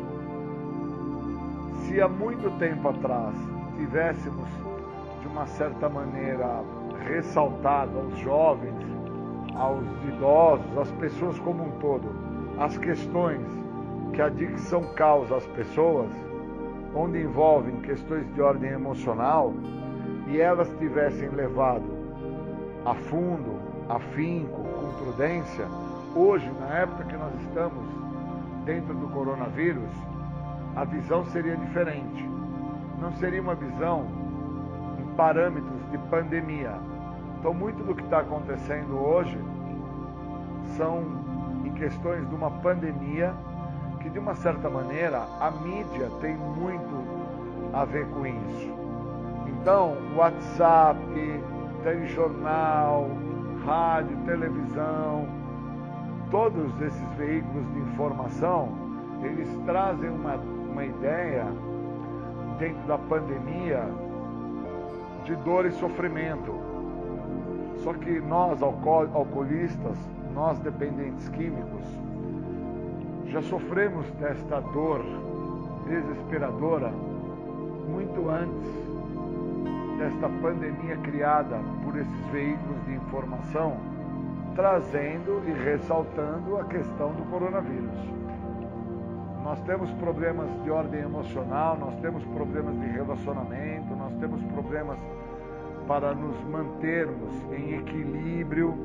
Se há muito tempo atrás tivéssemos, de uma certa maneira, ressaltado aos jovens, aos idosos, às pessoas como um todo, as questões que a adicção causa às pessoas, onde envolvem questões de ordem emocional, e elas tivessem levado a fundo, afinco, com prudência, hoje, na época que nós estamos dentro do coronavírus, a visão seria diferente. Não seria uma visão em parâmetros de pandemia. Então, muito do que está acontecendo hoje são em questões de uma pandemia que, de uma certa maneira, a mídia tem muito a ver com isso. Então, WhatsApp, telejornal, rádio, televisão, todos esses veículos de informação, eles trazem uma ideia, dentro da pandemia, de dor e sofrimento. Só que nós, alcoolistas, nós dependentes químicos, já sofremos desta dor desesperadora muito antes desta pandemia criada por esses veículos de informação, trazendo e ressaltando a questão do coronavírus. Nós temos problemas de ordem emocional, nós temos problemas de relacionamento, nós temos problemas para nos mantermos em equilíbrio,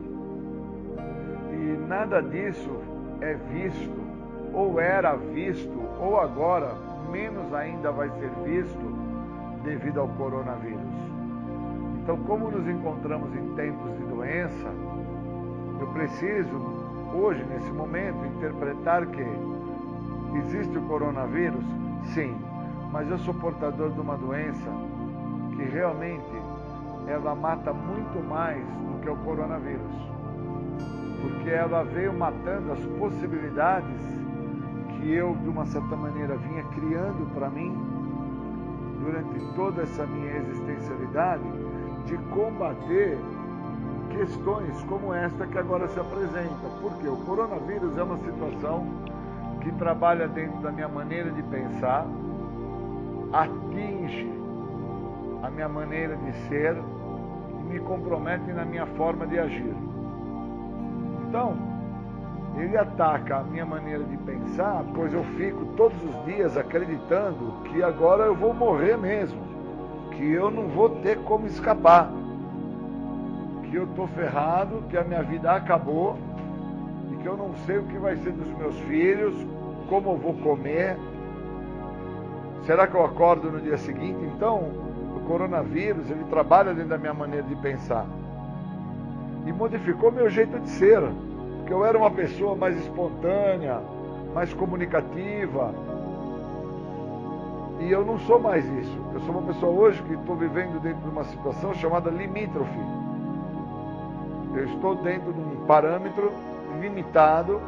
e nada disso é visto, ou era visto, ou agora menos ainda vai ser visto devido ao coronavírus. Então, como nos encontramos em tempos de doença, eu preciso, hoje, nesse momento, interpretar que existe o coronavírus? Sim, mas eu sou portador de uma doença que realmente ela mata muito mais do que o coronavírus, porque ela veio matando as possibilidades que eu, de uma certa maneira, vinha criando para mim durante toda essa minha existencialidade, de combater questões como esta que agora se apresenta. Porque o coronavírus é uma situação que trabalha dentro da minha maneira de pensar, atinge a minha maneira de ser e me compromete na minha forma de agir. Então, ele ataca a minha maneira de pensar, pois eu fico todos os dias acreditando que agora eu vou morrer mesmo, que eu não vou ter como escapar, que eu estou ferrado, que a minha vida acabou e que eu não sei o que vai ser dos meus filhos, como eu vou comer. Será que eu acordo no dia seguinte? Então, o coronavírus, ele trabalha dentro da minha maneira de pensar e modificou meu jeito de ser, porque eu era uma pessoa mais espontânea, mais comunicativa, e eu não sou mais isso. Eu sou uma pessoa hoje que estou vivendo dentro de uma situação chamada limítrofe. Eu estou dentro de um parâmetro limitado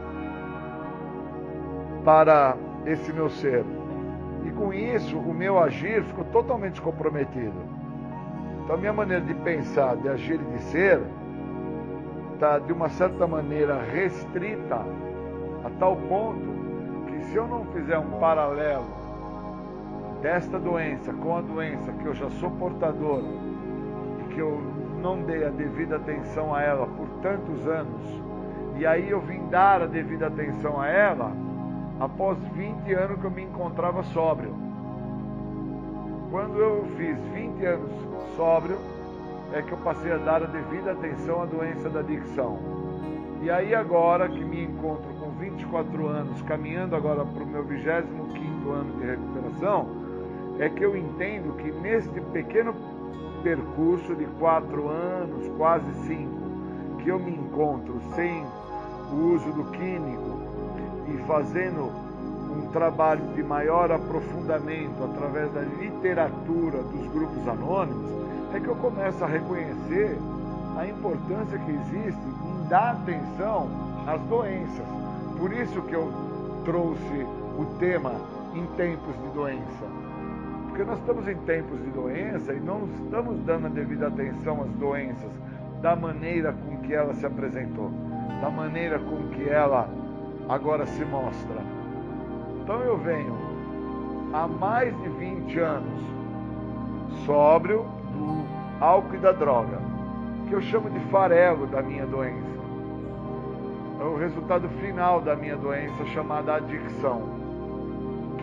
para esse meu ser. E com isso, o meu agir ficou totalmente comprometido. Então, a minha maneira de pensar, de agir e de ser, está, de uma certa maneira, restrita a tal ponto que, se eu não fizer um paralelo desta doença com a doença que eu já sou portador e que eu não dei a devida atenção a ela por tantos anos, e aí eu vim dar a devida atenção a ela após 20 anos que eu me encontrava sóbrio. Quando eu fiz 20 anos sóbrio, é que eu passei a dar a devida atenção à doença da adicção. E aí agora que me encontro com 24 anos, caminhando agora para o meu 25º ano de recuperação, é que eu entendo que neste pequeno percurso de 4 anos, quase 5, que eu me encontro sem o uso do químico e fazendo um trabalho de maior aprofundamento através da literatura dos grupos anônimos, é que eu começo a reconhecer a importância que existe em dar atenção às doenças. Por isso que eu trouxe o tema em tempos de doença. Porque nós estamos em tempos de doença e não estamos dando a devida atenção às doenças da maneira com que ela se apresentou, da maneira com que ela agora se mostra. Então eu venho há mais de 20 anos sóbrio do álcool e da droga, que eu chamo de farelo da minha doença. É o resultado final da minha doença chamada adicção.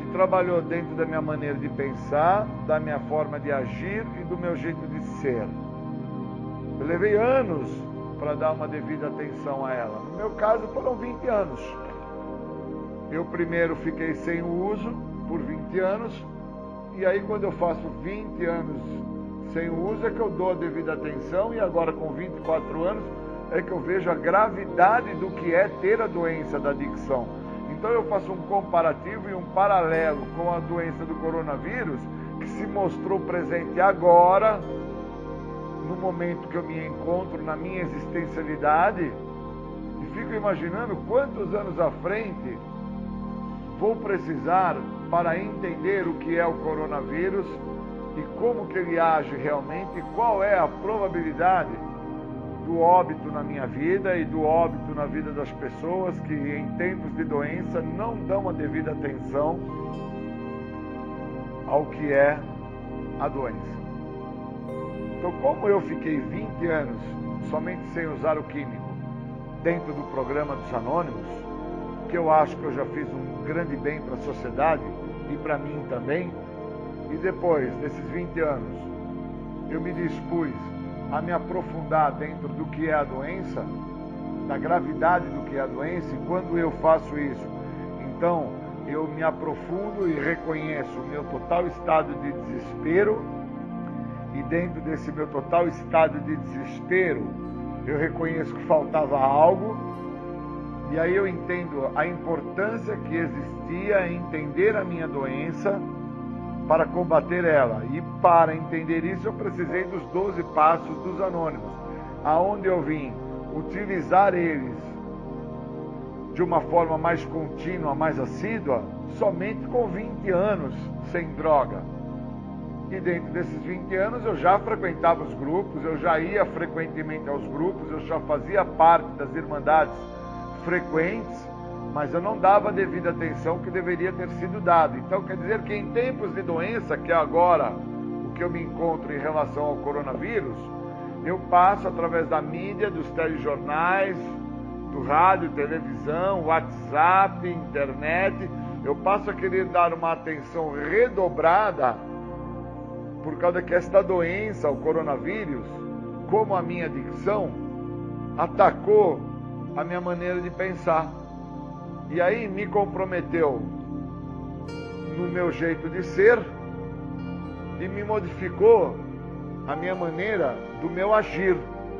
trabalhou dentro da minha maneira de pensar, da minha forma de agir e do meu jeito de ser. Eu levei anos para dar uma devida atenção a ela. No meu caso, foram 20 anos. Eu primeiro fiquei sem o uso por 20 anos, e aí quando eu faço 20 anos sem o uso é que eu dou a devida atenção, e agora com 24 anos é que eu vejo a gravidade do que é ter a doença da adicção. Então eu faço um comparativo e um paralelo com a doença do coronavírus, que se mostrou presente agora, no momento que eu me encontro na minha existencialidade, e fico imaginando quantos anos à frente vou precisar para entender o que é o coronavírus e como que ele age realmente, e qual é a probabilidade do óbito na minha vida e do óbito na vida das pessoas que em tempos de doença não dão a devida atenção ao que é a doença. Então, como eu fiquei 20 anos somente sem usar o químico dentro do programa dos Anônimos, que eu acho que eu já fiz um grande bem para a sociedade e para mim também, e depois desses 20 anos eu me dispus a me aprofundar dentro do que é a doença, da gravidade do que é a doença, e quando eu faço isso, então eu me aprofundo e reconheço o meu total estado de desespero, e dentro desse meu total estado de desespero, eu reconheço que faltava algo, e aí eu entendo a importância que existia em entender a minha doença para combater ela. E para entender isso eu precisei dos 12 passos dos Anônimos, aonde eu vim utilizar eles de uma forma mais contínua, mais assídua, somente com 20 anos sem droga. E dentro desses 20 anos eu já frequentava os grupos, eu já ia frequentemente aos grupos, eu já fazia parte das irmandades frequentes, mas eu não dava a devida atenção que deveria ter sido dada. Então quer dizer que em tempos de doença, que é agora o que eu me encontro em relação ao coronavírus, eu passo através da mídia, dos telejornais, do rádio, televisão, WhatsApp, internet, eu passo a querer dar uma atenção redobrada por causa que esta doença, o coronavírus, como a minha adicção, atacou a minha maneira de pensar. E aí me comprometeu no meu jeito de ser e me modificou a minha maneira do meu agir.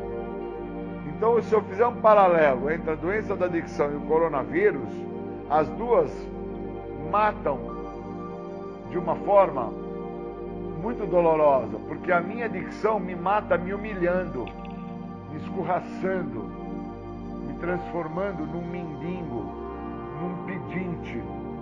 Então, se eu fizer um paralelo entre a doença da adicção e o coronavírus, as duas matam de uma forma muito dolorosa, porque a minha adicção me mata me humilhando, me escorraçando, me transformando num mendigo, num pedinte,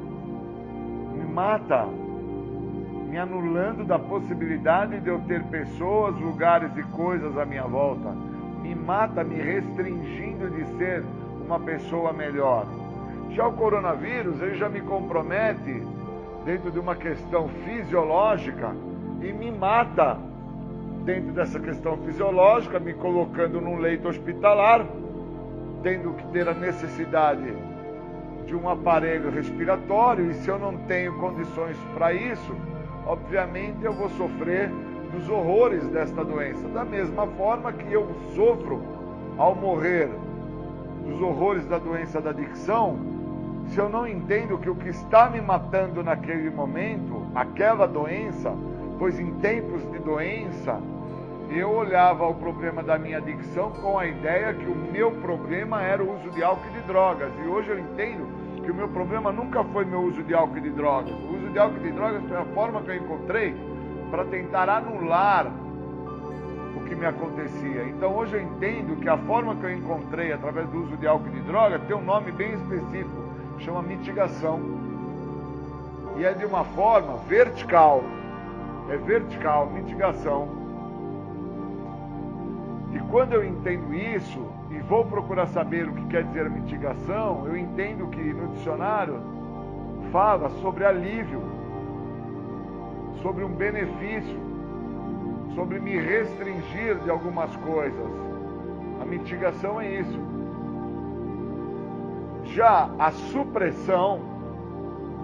me mata me anulando da possibilidade de eu ter pessoas, lugares e coisas à minha volta, me mata me restringindo de ser uma pessoa melhor. Já o coronavírus, ele já me compromete dentro de uma questão fisiológica e me mata dentro dessa questão fisiológica, me colocando num leito hospitalar, tendo que ter a necessidade de um aparelho respiratório, e se eu não tenho condições para isso, obviamente eu vou sofrer dos horrores desta doença, da mesma forma que eu sofro ao morrer dos horrores da doença da adicção, se eu não entendo que o que está me matando naquele momento, aquela doença, pois em tempos de doença, eu olhava o problema da minha adicção com a ideia que o meu problema era o uso de álcool e de drogas. E hoje eu entendo que o meu problema nunca foi meu uso de álcool e de drogas. O uso de álcool e de drogas foi a forma que eu encontrei para tentar anular o que me acontecia. Então hoje eu entendo que a forma que eu encontrei através do uso de álcool e de drogas tem um nome bem específico, chama mitigação. E é de uma forma vertical. É vertical, mitigação. E quando eu entendo isso e vou procurar saber o que quer dizer mitigação, eu entendo que no dicionário fala sobre alívio, sobre um benefício, sobre me restringir de algumas coisas. A mitigação é isso. Já a supressão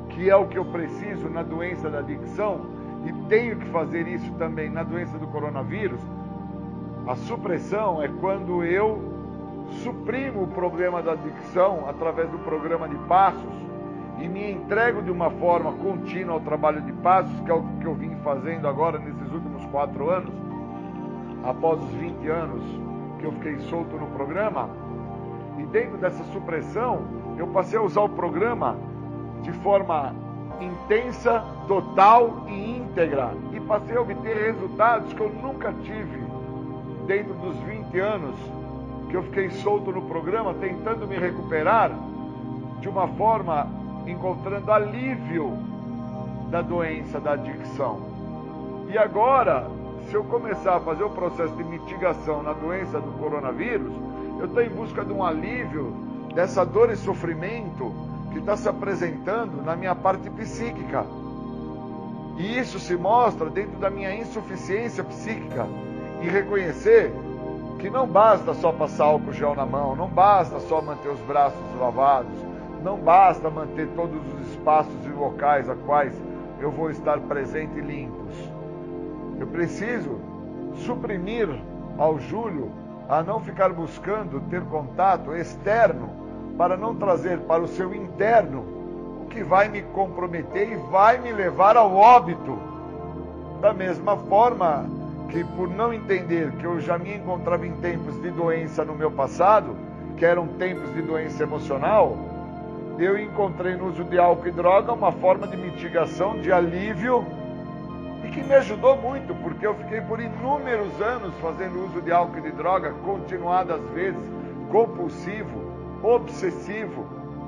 que é o que eu preciso na doença da adicção, e tenho que fazer isso também na doença do coronavírus. A supressão é quando eu suprimo o problema da adicção através do programa de passos e me entrego de uma forma contínua ao trabalho de passos, que é o que eu vim fazendo agora nesses últimos 4 anos, após os 20 anos que eu fiquei solto no programa. E dentro dessa supressão, eu passei a usar o programa de forma intensa, total e íntegra. E passei a obter resultados que eu nunca tive dentro dos 20 anos que eu fiquei solto no programa, tentando me recuperar de uma forma, encontrando alívio da doença da adicção. E agora, se eu começar a fazer o processo de mitigação na doença do coronavírus, eu estou em busca de um alívio dessa dor e sofrimento que está se apresentando na minha parte psíquica. E isso se mostra dentro da minha insuficiência psíquica, e reconhecer que não basta só passar álcool gel na mão, não basta só manter os braços lavados, não basta manter todos os espaços e locais a quais eu vou estar presente e limpos. Eu preciso suprimir ao Júlio a não ficar buscando ter contato externo para não trazer para o seu interno o que vai me comprometer e vai me levar ao óbito. Da mesma forma que, por não entender que eu já me encontrava em tempos de doença no meu passado, que eram tempos de doença emocional, eu encontrei no uso de álcool e droga uma forma de mitigação, de alívio, e que me ajudou muito, porque eu fiquei por inúmeros anos fazendo uso de álcool e de droga, continuadas vezes, compulsivo, obsessivo.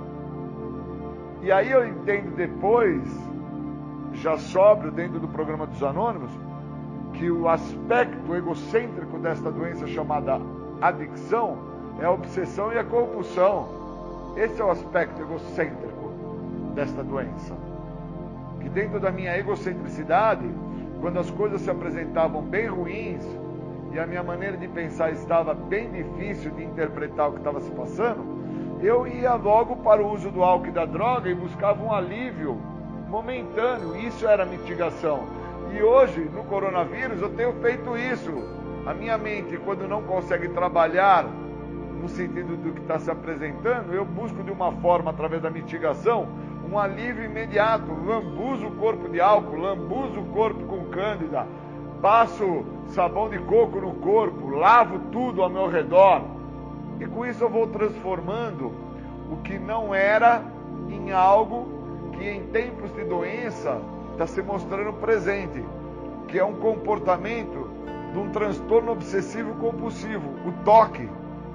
E aí eu entendo depois, já sóbrio dentro do programa dos Anônimos, que o aspecto egocêntrico desta doença chamada adicção é a obsessão e a compulsão. Esse é o aspecto egocêntrico desta doença. Que dentro da minha egocentricidade, quando as coisas se apresentavam bem ruins e a minha maneira de pensar estava bem difícil de interpretar o que estava se passando, eu ia logo para o uso do álcool e da droga e buscava um alívio momentâneo. Isso era mitigação. E hoje, no coronavírus, eu tenho feito isso. A minha mente, quando não consegue trabalhar no sentido do que está se apresentando, eu busco de uma forma, através da mitigação, um alívio imediato. Lambuzo o corpo de álcool, lambuzo o corpo com cândida, passo sabão de coco no corpo, lavo tudo ao meu redor. E com isso eu vou transformando o que não era em algo que em tempos de doença está se mostrando presente, que é um comportamento de um transtorno obsessivo compulsivo, o toque.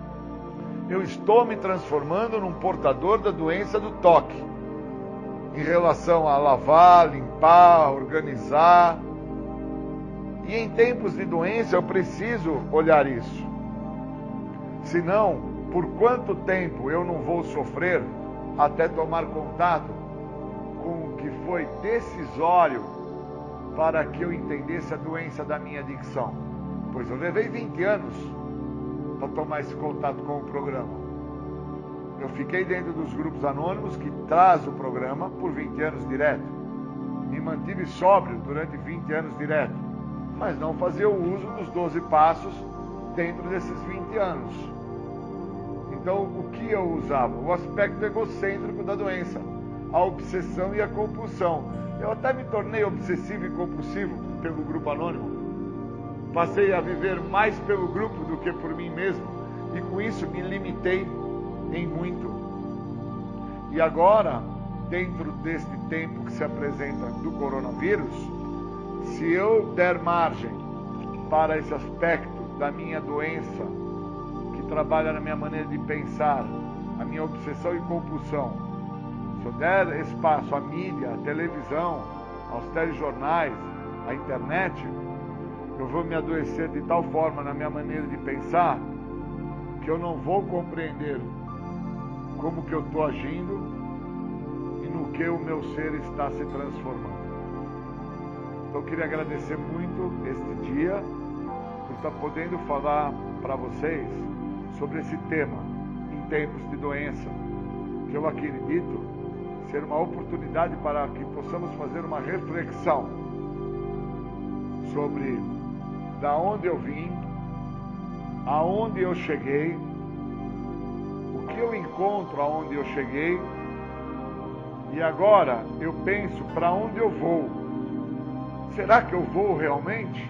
Eu estou me transformando num portador da doença do toque, em relação a lavar, limpar, organizar. E em tempos de doença eu preciso olhar isso. Senão, por quanto tempo eu não vou sofrer até tomar contato com o que foi decisório para que eu entendesse a doença da minha adicção? Pois eu levei 20 anos para tomar esse contato com o programa. Eu fiquei dentro dos grupos anônimos que traz o programa por 20 anos direto. Me mantive sóbrio durante 20 anos direto, mas não fazia o uso dos 12 passos dentro desses 20 anos. Então, o que eu usava? O aspecto egocêntrico da doença, a obsessão e a compulsão. Eu até me tornei obsessivo e compulsivo pelo grupo anônimo. Passei a viver mais pelo grupo do que por mim mesmo, e com isso me limitei em muito. E agora, dentro deste tempo que se apresenta do coronavírus, se eu der margem para esse aspecto da minha doença, que trabalha na minha maneira de pensar, a minha obsessão e compulsão, se eu der espaço à mídia, à televisão, aos telejornais, à internet, eu vou me adoecer de tal forma na minha maneira de pensar que eu não vou compreender como que eu estou agindo e no que o meu ser está se transformando. Então eu queria agradecer muito este dia por estar podendo falar para vocês sobre esse tema em tempos de doença, que eu acredito ser uma oportunidade para que possamos fazer uma reflexão sobre da onde eu vim, aonde eu cheguei, o que eu encontro aonde eu cheguei, e agora eu penso para onde eu vou. Será que eu vou realmente?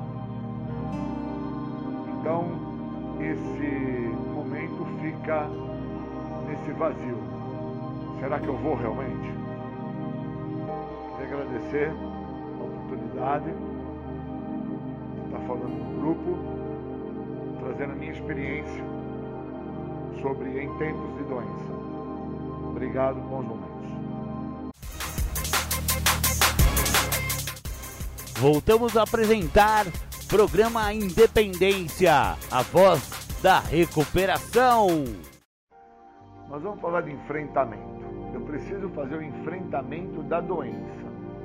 Então, esse momento fica nesse vazio. Será que eu vou realmente? Queria agradecer a oportunidade de estar falando no grupo, trazendo a minha experiência sobre em tempos de doença. Obrigado, bons momentos. Voltamos a apresentar programa Independência, a voz da recuperação. Nós vamos falar de enfrentamento. Eu preciso fazer o enfrentamento da doença.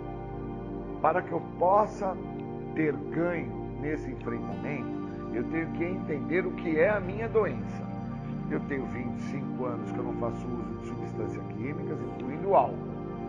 Para que eu possa ter ganho nesse enfrentamento, eu tenho que entender o que é a minha doença. Eu tenho 25 anos que eu não faço uso de substâncias químicas, incluindo álcool.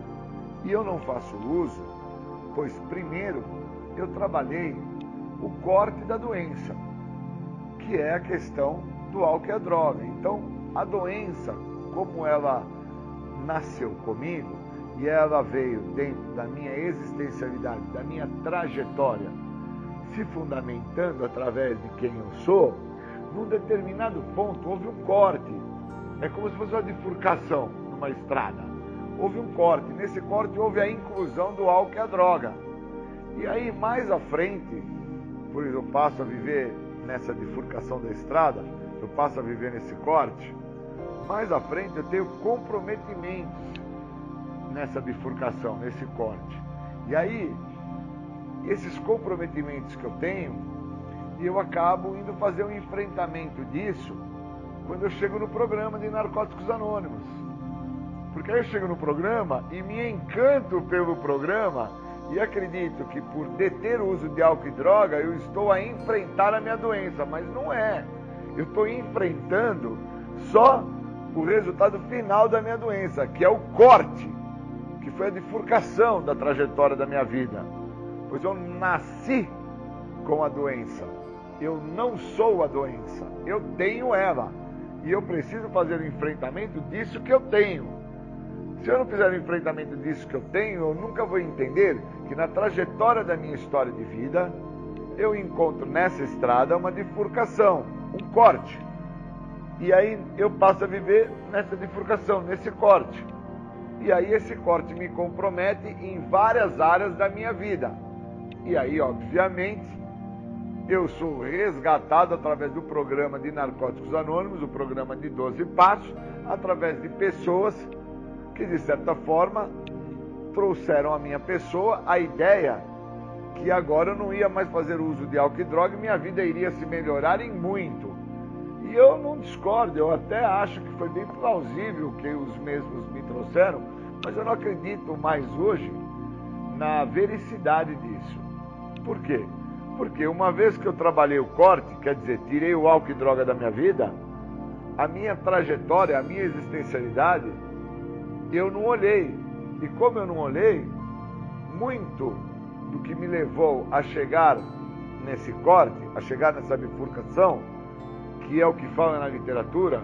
E eu não faço uso, pois primeiro eu trabalhei o corte da doença, que é a questão do álcool e a droga. Então, a doença, como ela nasceu comigo e ela veio dentro da minha existencialidade, da minha trajetória, se fundamentando através de quem eu sou, num determinado ponto houve um corte. É como se fosse uma bifurcação numa estrada. Houve um corte. Nesse corte houve a inclusão do álcool e a droga. E aí, mais à frente, pois eu passo a viver nessa bifurcação da estrada, eu passo a viver nesse corte, mais à frente eu tenho comprometimentos nessa bifurcação, nesse corte. E aí, esses comprometimentos que eu tenho, eu acabo indo fazer um enfrentamento disso quando eu chego no programa de Narcóticos Anônimos. Porque aí eu chego no programa e me encanto pelo programa e acredito que por deter o uso de álcool e droga eu estou a enfrentar a minha doença, mas não é. Eu estou enfrentando só o resultado final da minha doença, que é o corte, que foi a bifurcação da trajetória da minha vida. Pois eu nasci com a doença. Eu não sou a doença, eu tenho ela. E eu preciso fazer o enfrentamento disso que eu tenho. Se eu não fizer o enfrentamento disso que eu tenho, eu nunca vou entender que na trajetória da minha história de vida, eu encontro nessa estrada uma bifurcação, um corte. E aí eu passo a viver nessa bifurcação, nesse corte. E aí esse corte me compromete em várias áreas da minha vida. E aí, obviamente, eu sou resgatado através do programa de Narcóticos Anônimos, o programa de 12 passos, através de pessoas que, de certa forma, trouxeram à minha pessoa a ideia que agora eu não ia mais fazer uso de álcool e droga e minha vida iria se melhorar em muito. E eu não discordo, eu até acho que foi bem plausível o que os mesmos me trouxeram, mas eu não acredito mais hoje na vericidade disso. Por quê? Porque uma vez que eu trabalhei o corte, quer dizer, tirei o álcool e droga da minha vida, a minha trajetória, a minha existencialidade, eu não olhei. E como eu não olhei, muito do que me levou a chegar nesse corte, a chegar nessa bifurcação, que é o que fala na literatura,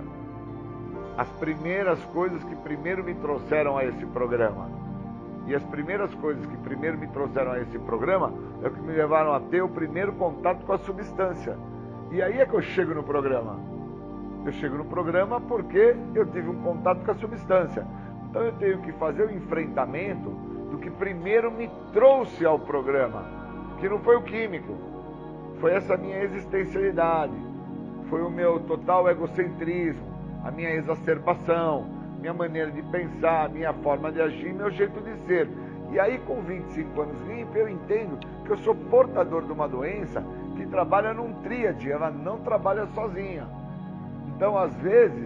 as primeiras coisas que primeiro me trouxeram a esse programa. E as primeiras coisas que primeiro me trouxeram a esse programa é o que me levaram a ter o primeiro contato com a substância. E aí é que eu chego no programa. Eu chego no programa porque eu tive um contato com a substância. Então eu tenho que fazer o enfrentamento do que primeiro me trouxe ao programa, que não foi o químico, foi essa minha existencialidade, foi o meu total egocentrismo, a minha exacerbação, minha maneira de pensar, minha forma de agir, meu jeito de ser. E aí, com 25 anos limpo, eu entendo que eu sou portador de uma doença que trabalha num tríade, ela não trabalha sozinha. Então, às vezes,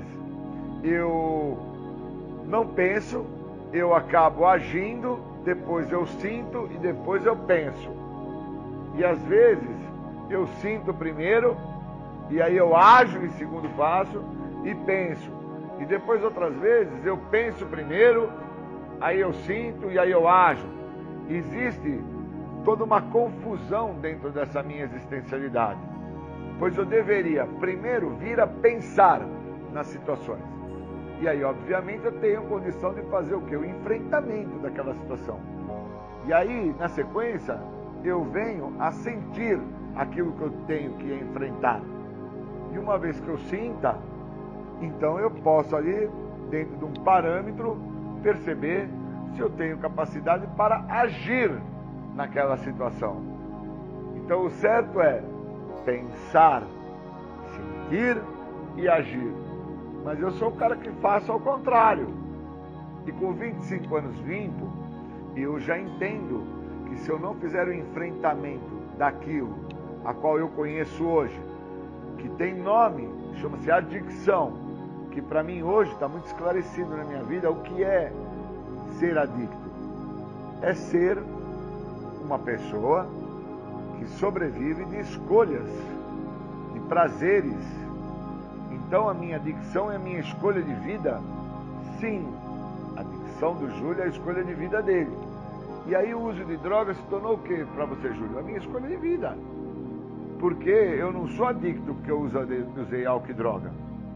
eu não penso, eu acabo agindo, depois eu sinto e depois eu penso. E às vezes, eu sinto primeiro, e aí eu ajo em segundo passo e penso. E depois, outras vezes, eu penso primeiro aí eu sinto e aí eu ajo. Existe toda uma confusão dentro dessa minha existencialidade, pois eu deveria primeiro vir a pensar nas situações. E aí, obviamente, eu tenho condição de fazer o quê? O enfrentamento daquela situação. E aí, na sequência, eu venho a sentir aquilo que eu tenho que enfrentar. E uma vez que eu sinta, então eu posso ali, dentro de um parâmetro, perceber se eu tenho capacidade para agir naquela situação. Então o certo é pensar, sentir e agir. Mas eu sou o cara que faço ao contrário. E com 25 anos limpo, eu já entendo que se eu não fizer o enfrentamento daquilo a qual eu conheço hoje, que tem nome, chama-se adicção, que para mim hoje está muito esclarecido na minha vida, o que é ser adicto. É ser uma pessoa que sobrevive de escolhas, de prazeres. Então a minha adicção é a minha escolha de vida? Sim, a adicção do Júlio é a escolha de vida dele. E aí o uso de drogas se tornou o que para você, Júlio? A minha escolha de vida. Porque eu não sou adicto porque eu usei álcool e droga.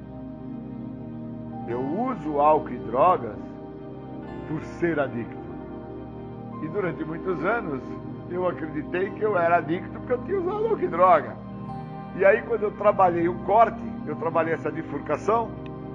Eu uso álcool e drogas por ser adicto. E durante muitos anos eu acreditei que eu era adicto porque eu tinha usado álcool e droga. E aí quando eu trabalhei o corte, eu trabalhei essa bifurcação,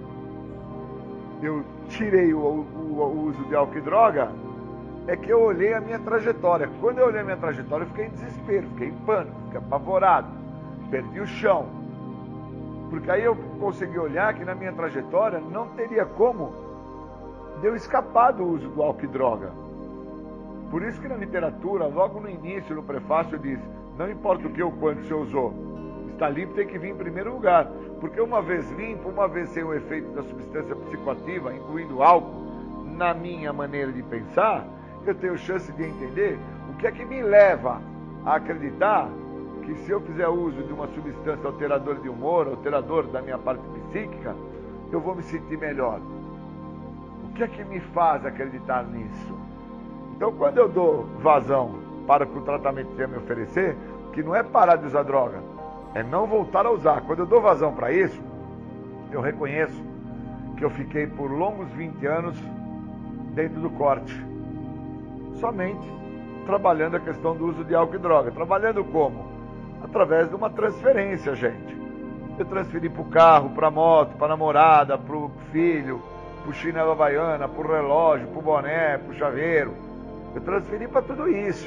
eu tirei o uso de álcool e droga, é que eu olhei a minha trajetória. Quando eu olhei a minha trajetória, eu fiquei em desespero, fiquei em pânico, fiquei apavorado, perdi o chão. Porque aí eu consegui olhar que na minha trajetória não teria como de eu escapar do uso do álcool e droga. Por isso que na literatura, logo no início, no prefácio, diz: não importa o que ou quanto você usou, está limpo, tem que vir em primeiro lugar. Porque uma vez limpo, uma vez sem o efeito da substância psicoativa, incluindo álcool, na minha maneira de pensar, eu tenho chance de entender o que é que me leva a acreditar que se eu fizer uso de uma substância alteradora de humor, alterador da minha parte psíquica, eu vou me sentir melhor. O que é que me faz acreditar nisso? Então, quando eu dou vazão para que o tratamento tenha me oferecer, que não é parar de usar droga, é não voltar a usar. Quando eu dou vazão para isso, eu reconheço que eu fiquei por longos 20 anos dentro do corte, somente trabalhando a questão do uso de álcool e droga. Trabalhando como? Através de uma transferência, gente. Eu transferi para o carro, para a moto, para a namorada, para o filho, para o chinelo havaiana, para o relógio, para o boné, para o chaveiro. Eu transferi para tudo isso.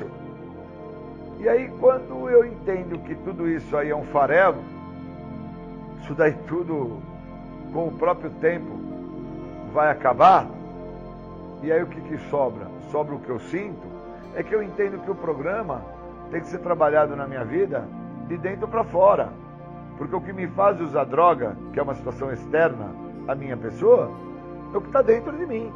E aí, quando eu entendo que tudo isso aí é um farelo, isso daí tudo, com o próprio tempo, vai acabar. E aí o que sobra? Sobra o que eu sinto, é que eu entendo que o programa tem que ser trabalhado na minha vida de dentro para fora. Porque o que me faz usar droga, que é uma situação externa à minha pessoa, é o que está dentro de mim.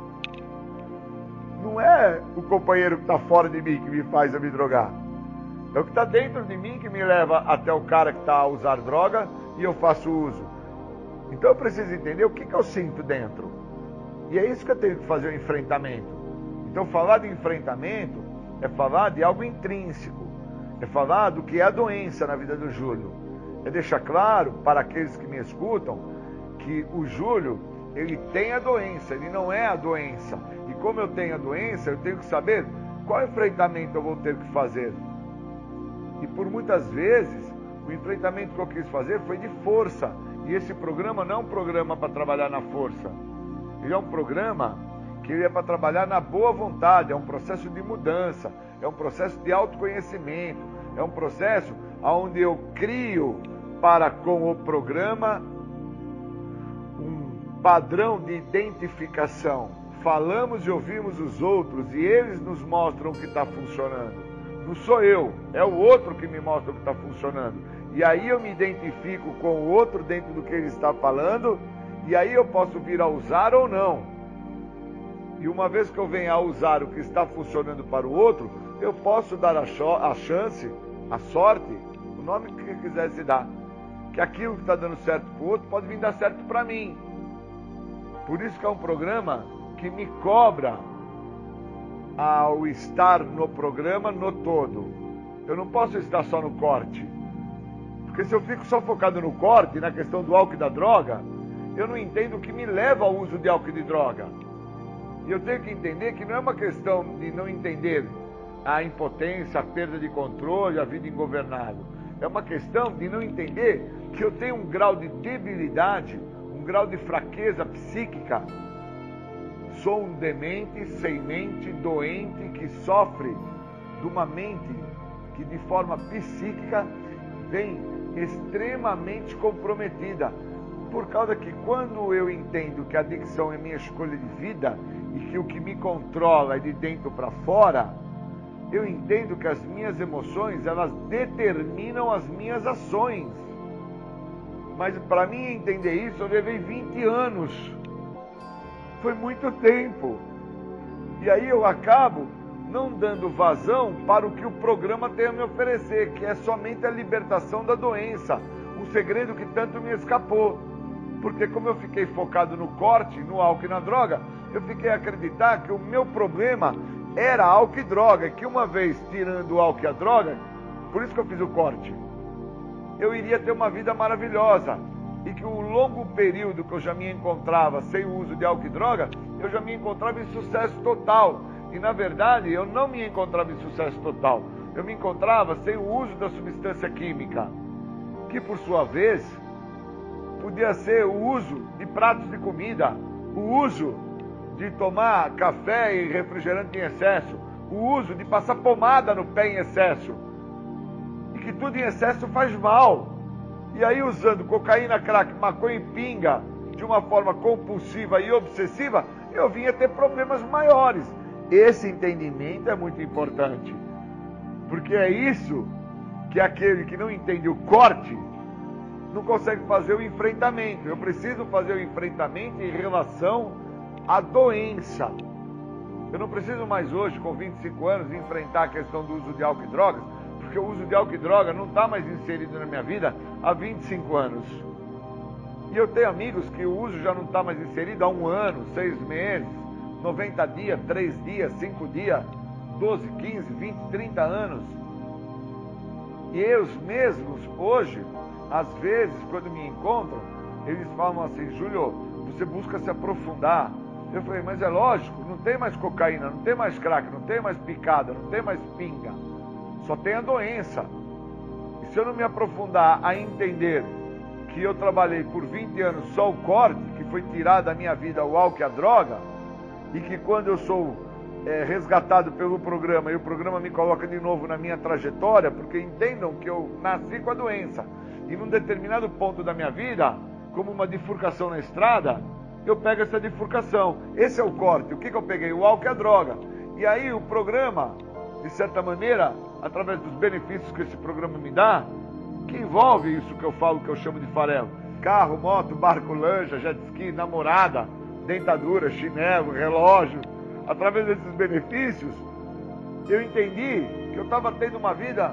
Não é o companheiro que está fora de mim que me faz eu me drogar. É o que está dentro de mim que me leva até o cara que está a usar droga e eu faço uso. Então eu preciso entender o que eu sinto dentro. E é isso que eu tenho que fazer o enfrentamento. Então falar de enfrentamento é falar de algo intrínseco. É falar do que é a doença na vida do Júlio. É deixar claro para aqueles que me escutam que o Júlio, ele tem a doença, ele não é a doença. E como eu tenho a doença, eu tenho que saber qual enfrentamento eu vou ter que fazer. E por muitas vezes, o enfrentamento que eu quis fazer foi de força. E esse programa não é um programa para trabalhar na força. Ele é um programa que ele é para trabalhar na boa vontade. É um processo de mudança. É um processo de autoconhecimento. É um processo onde eu crio para com o programa um padrão de identificação. Falamos e ouvimos os outros e eles nos mostram o que está funcionando. Não sou eu, é o outro que me mostra o que está funcionando. E aí eu me identifico com o outro dentro do que ele está falando, e aí eu posso vir a usar ou não. E uma vez que eu venha a usar o que está funcionando para o outro, eu posso dar a chance, a sorte, o nome que quiser se dar, que aquilo que está dando certo para o outro pode vir dar certo para mim. Por isso que é um programa que me cobra ao estar no programa no todo. Eu não posso estar só no corte. Porque se eu fico só focado no corte, na questão do álcool e da droga, eu não entendo o que me leva ao uso de álcool e de droga. E eu tenho que entender que não é uma questão de não entender a impotência, a perda de controle, a vida ingovernável. É uma questão de não entender que eu tenho um grau de debilidade, um grau de fraqueza psíquica. Sou um demente, sem mente, doente, que sofre de uma mente que de forma psíquica vem extremamente comprometida. Por causa que quando eu entendo que a adicção é minha escolha de vida e que o que me controla é de dentro para fora, eu entendo que as minhas emoções, elas determinam as minhas ações. Mas para mim entender isso, eu levei 20 anos. Foi muito tempo. E aí eu acabo não dando vazão para o que o programa tem a me oferecer, que é somente a libertação da doença, um segredo que tanto me escapou. Porque como eu fiquei focado no corte, no álcool e na droga, eu fiquei a acreditar que o meu problema era álcool e droga, que uma vez tirando o álcool e a droga, por isso que eu fiz o corte, eu iria ter uma vida maravilhosa. E que o longo período que eu já me encontrava sem o uso de álcool e droga, eu já me encontrava em sucesso total. E na verdade, eu não me encontrava em sucesso total. Eu me encontrava sem o uso da substância química, que por sua vez, podia ser o uso de pratos de comida, o uso de tomar café e refrigerante em excesso, o uso de passar pomada no pé em excesso. E que tudo em excesso faz mal. E aí usando cocaína, crack, maconha e pinga de uma forma compulsiva e obsessiva, eu vinha ter problemas maiores. Esse entendimento é muito importante. Porque é isso que aquele que não entende o corte não consegue fazer o enfrentamento. Eu preciso fazer o enfrentamento em relação à doença. Eu não preciso mais hoje, com 25 anos, enfrentar a questão do uso de álcool e drogas, porque o uso de álcool e droga não está mais inserido na minha vida há 25 anos. E eu tenho amigos que o uso já não está mais inserido há 1 ano, 6 meses, 90 dias, 3 dias, 5 dias, 12, 15, 20, 30 anos. E eles mesmos, hoje, às vezes, quando me encontram, eles falam assim: Júlio, você busca se aprofundar. Eu falei, mas é lógico, não tem mais cocaína, não tem mais crack, não tem mais picada, não tem mais pinga. Só tem a doença. E se eu não me aprofundar a entender que eu trabalhei por 20 anos só o corte, que foi tirar da minha vida o álcool e a droga, e que quando eu sou resgatado pelo programa, e o programa me coloca de novo na minha trajetória, porque entendam que eu nasci com a doença, e num determinado ponto da minha vida, como uma bifurcação na estrada, eu pego essa bifurcação. Esse é o corte. O que eu peguei? O álcool e a droga. E aí o programa, de certa maneira, através dos benefícios que esse programa me dá, que envolve isso que eu falo, que eu chamo de farelo: carro, moto, barco, lancha, jet ski, namorada, dentadura, chinelo, relógio. Através desses benefícios, eu entendi que eu estava tendo uma vida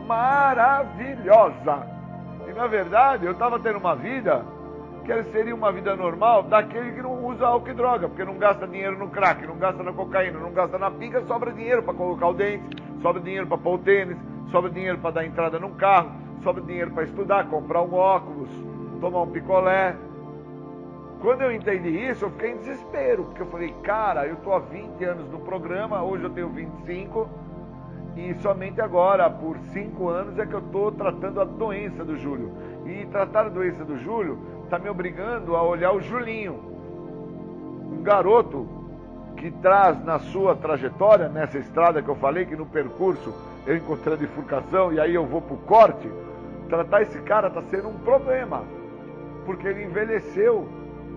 maravilhosa. E na verdade, eu estava tendo uma vida que seria uma vida normal daquele que não usa álcool e droga, porque não gasta dinheiro no crack, não gasta na cocaína, não gasta na pinga, sobra dinheiro para colocar o dente, sobra dinheiro para pôr o tênis, sobra dinheiro para dar entrada num carro, sobra dinheiro para estudar, comprar um óculos, tomar um picolé. Quando eu entendi isso, eu fiquei em desespero, porque eu falei, cara, eu estou há 20 anos no programa, hoje eu tenho 25, e somente agora, por 5 anos, é que eu estou tratando a doença do Júlio. E tratar a doença do Júlio está me obrigando a olhar o Julinho, um garoto que traz na sua trajetória, nessa estrada que eu falei, que no percurso eu encontrei a bifurcação e aí eu vou para o corte. Tratar esse cara está sendo um problema, porque ele envelheceu,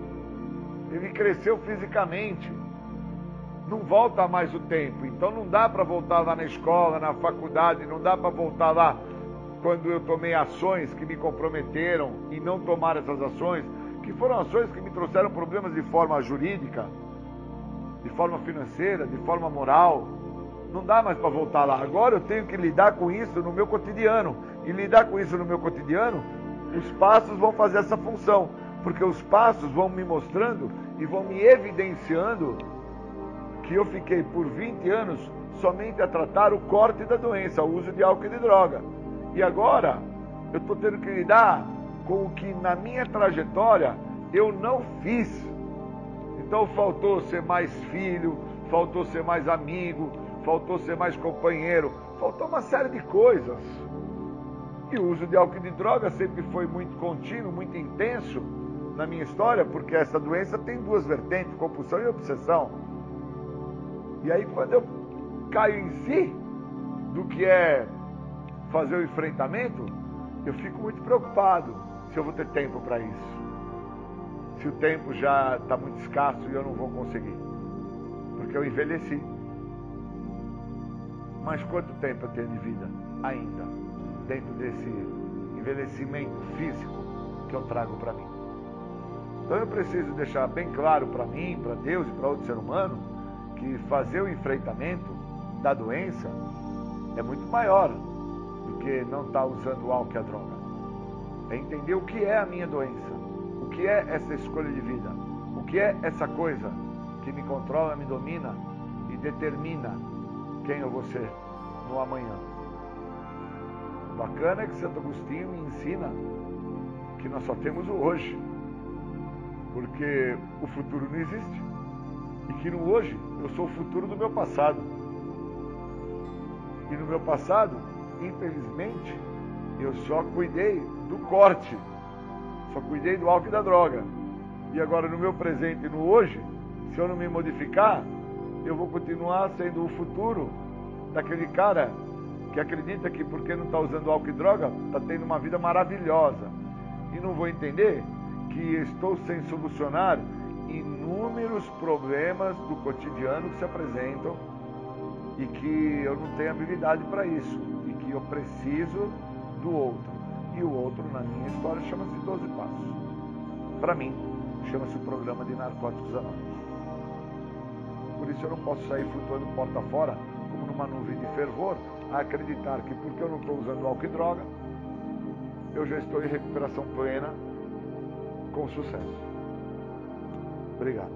ele cresceu fisicamente, não volta mais o tempo, então não dá para voltar lá na escola, na faculdade, não dá para voltar lá quando eu tomei ações que me comprometeram e não tomar essas ações, que foram ações que me trouxeram problemas de forma jurídica, de forma financeira, de forma moral. Não dá mais para voltar lá. Agora eu tenho que lidar com isso no meu cotidiano. E lidar com isso no meu cotidiano, os passos vão fazer essa função. Porque os passos vão me mostrando e vão me evidenciando que eu fiquei por 20 anos somente a tratar o corte da doença, o uso de álcool e de droga. E agora eu estou tendo que lidar com o que na minha trajetória eu não fiz. Então faltou ser mais filho, faltou ser mais amigo, faltou ser mais companheiro, faltou uma série de coisas. E o uso de álcool e de droga sempre foi muito contínuo, muito intenso na minha história, porque essa doença tem duas vertentes, compulsão e obsessão. E aí quando eu caio em si do que é fazer o enfrentamento, eu fico muito preocupado se eu vou ter tempo para isso. Se o tempo já está muito escasso e eu não vou conseguir, porque eu envelheci. Mas quanto tempo eu tenho de vida ainda, dentro desse envelhecimento físico que eu trago para mim? Então eu preciso deixar bem claro para mim, para Deus e para outro ser humano, que fazer o enfrentamento da doença é muito maior do que não estar usando o álcool e a droga. É entender o que é a minha doença, o que é essa escolha de vida, o que é essa coisa que me controla, me domina e determina quem eu vou ser no amanhã. O bacana é que Santo Agostinho me ensina que nós só temos o hoje, porque o futuro não existe, e que no hoje eu sou o futuro do meu passado. E no meu passado, infelizmente, eu só cuidei do corte, só cuidei do álcool e da droga. E agora no meu presente e no hoje, se eu não me modificar, eu vou continuar sendo o futuro daquele cara que acredita que porque não está usando álcool e droga, está tendo uma vida maravilhosa. E não vou entender que estou sem solucionar inúmeros problemas do cotidiano que se apresentam e que eu não tenho habilidade para isso e que eu preciso do outro. E o outro, na minha história, chama-se 12 Passos. Para mim, chama-se o Programa de Narcóticos Anônimos. Por isso eu não posso sair flutuando porta fora, como numa nuvem de fervor, a acreditar que porque eu não estou usando álcool e droga, eu já estou em recuperação plena, com sucesso. Obrigado.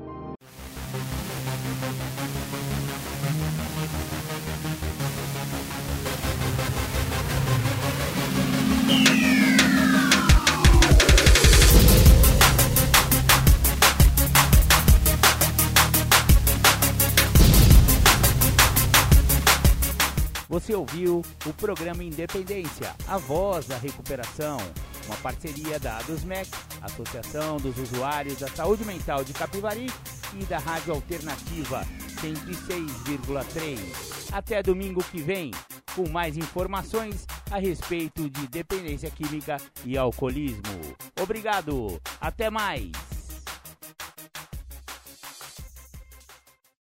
Você ouviu o programa Independência, a voz da recuperação, uma parceria da ADUSMEC, Associação dos Usuários da Saúde Mental de Capivari, e da Rádio Alternativa 106,3. Até domingo que vem, com mais informações a respeito de dependência química e alcoolismo. Obrigado, até mais!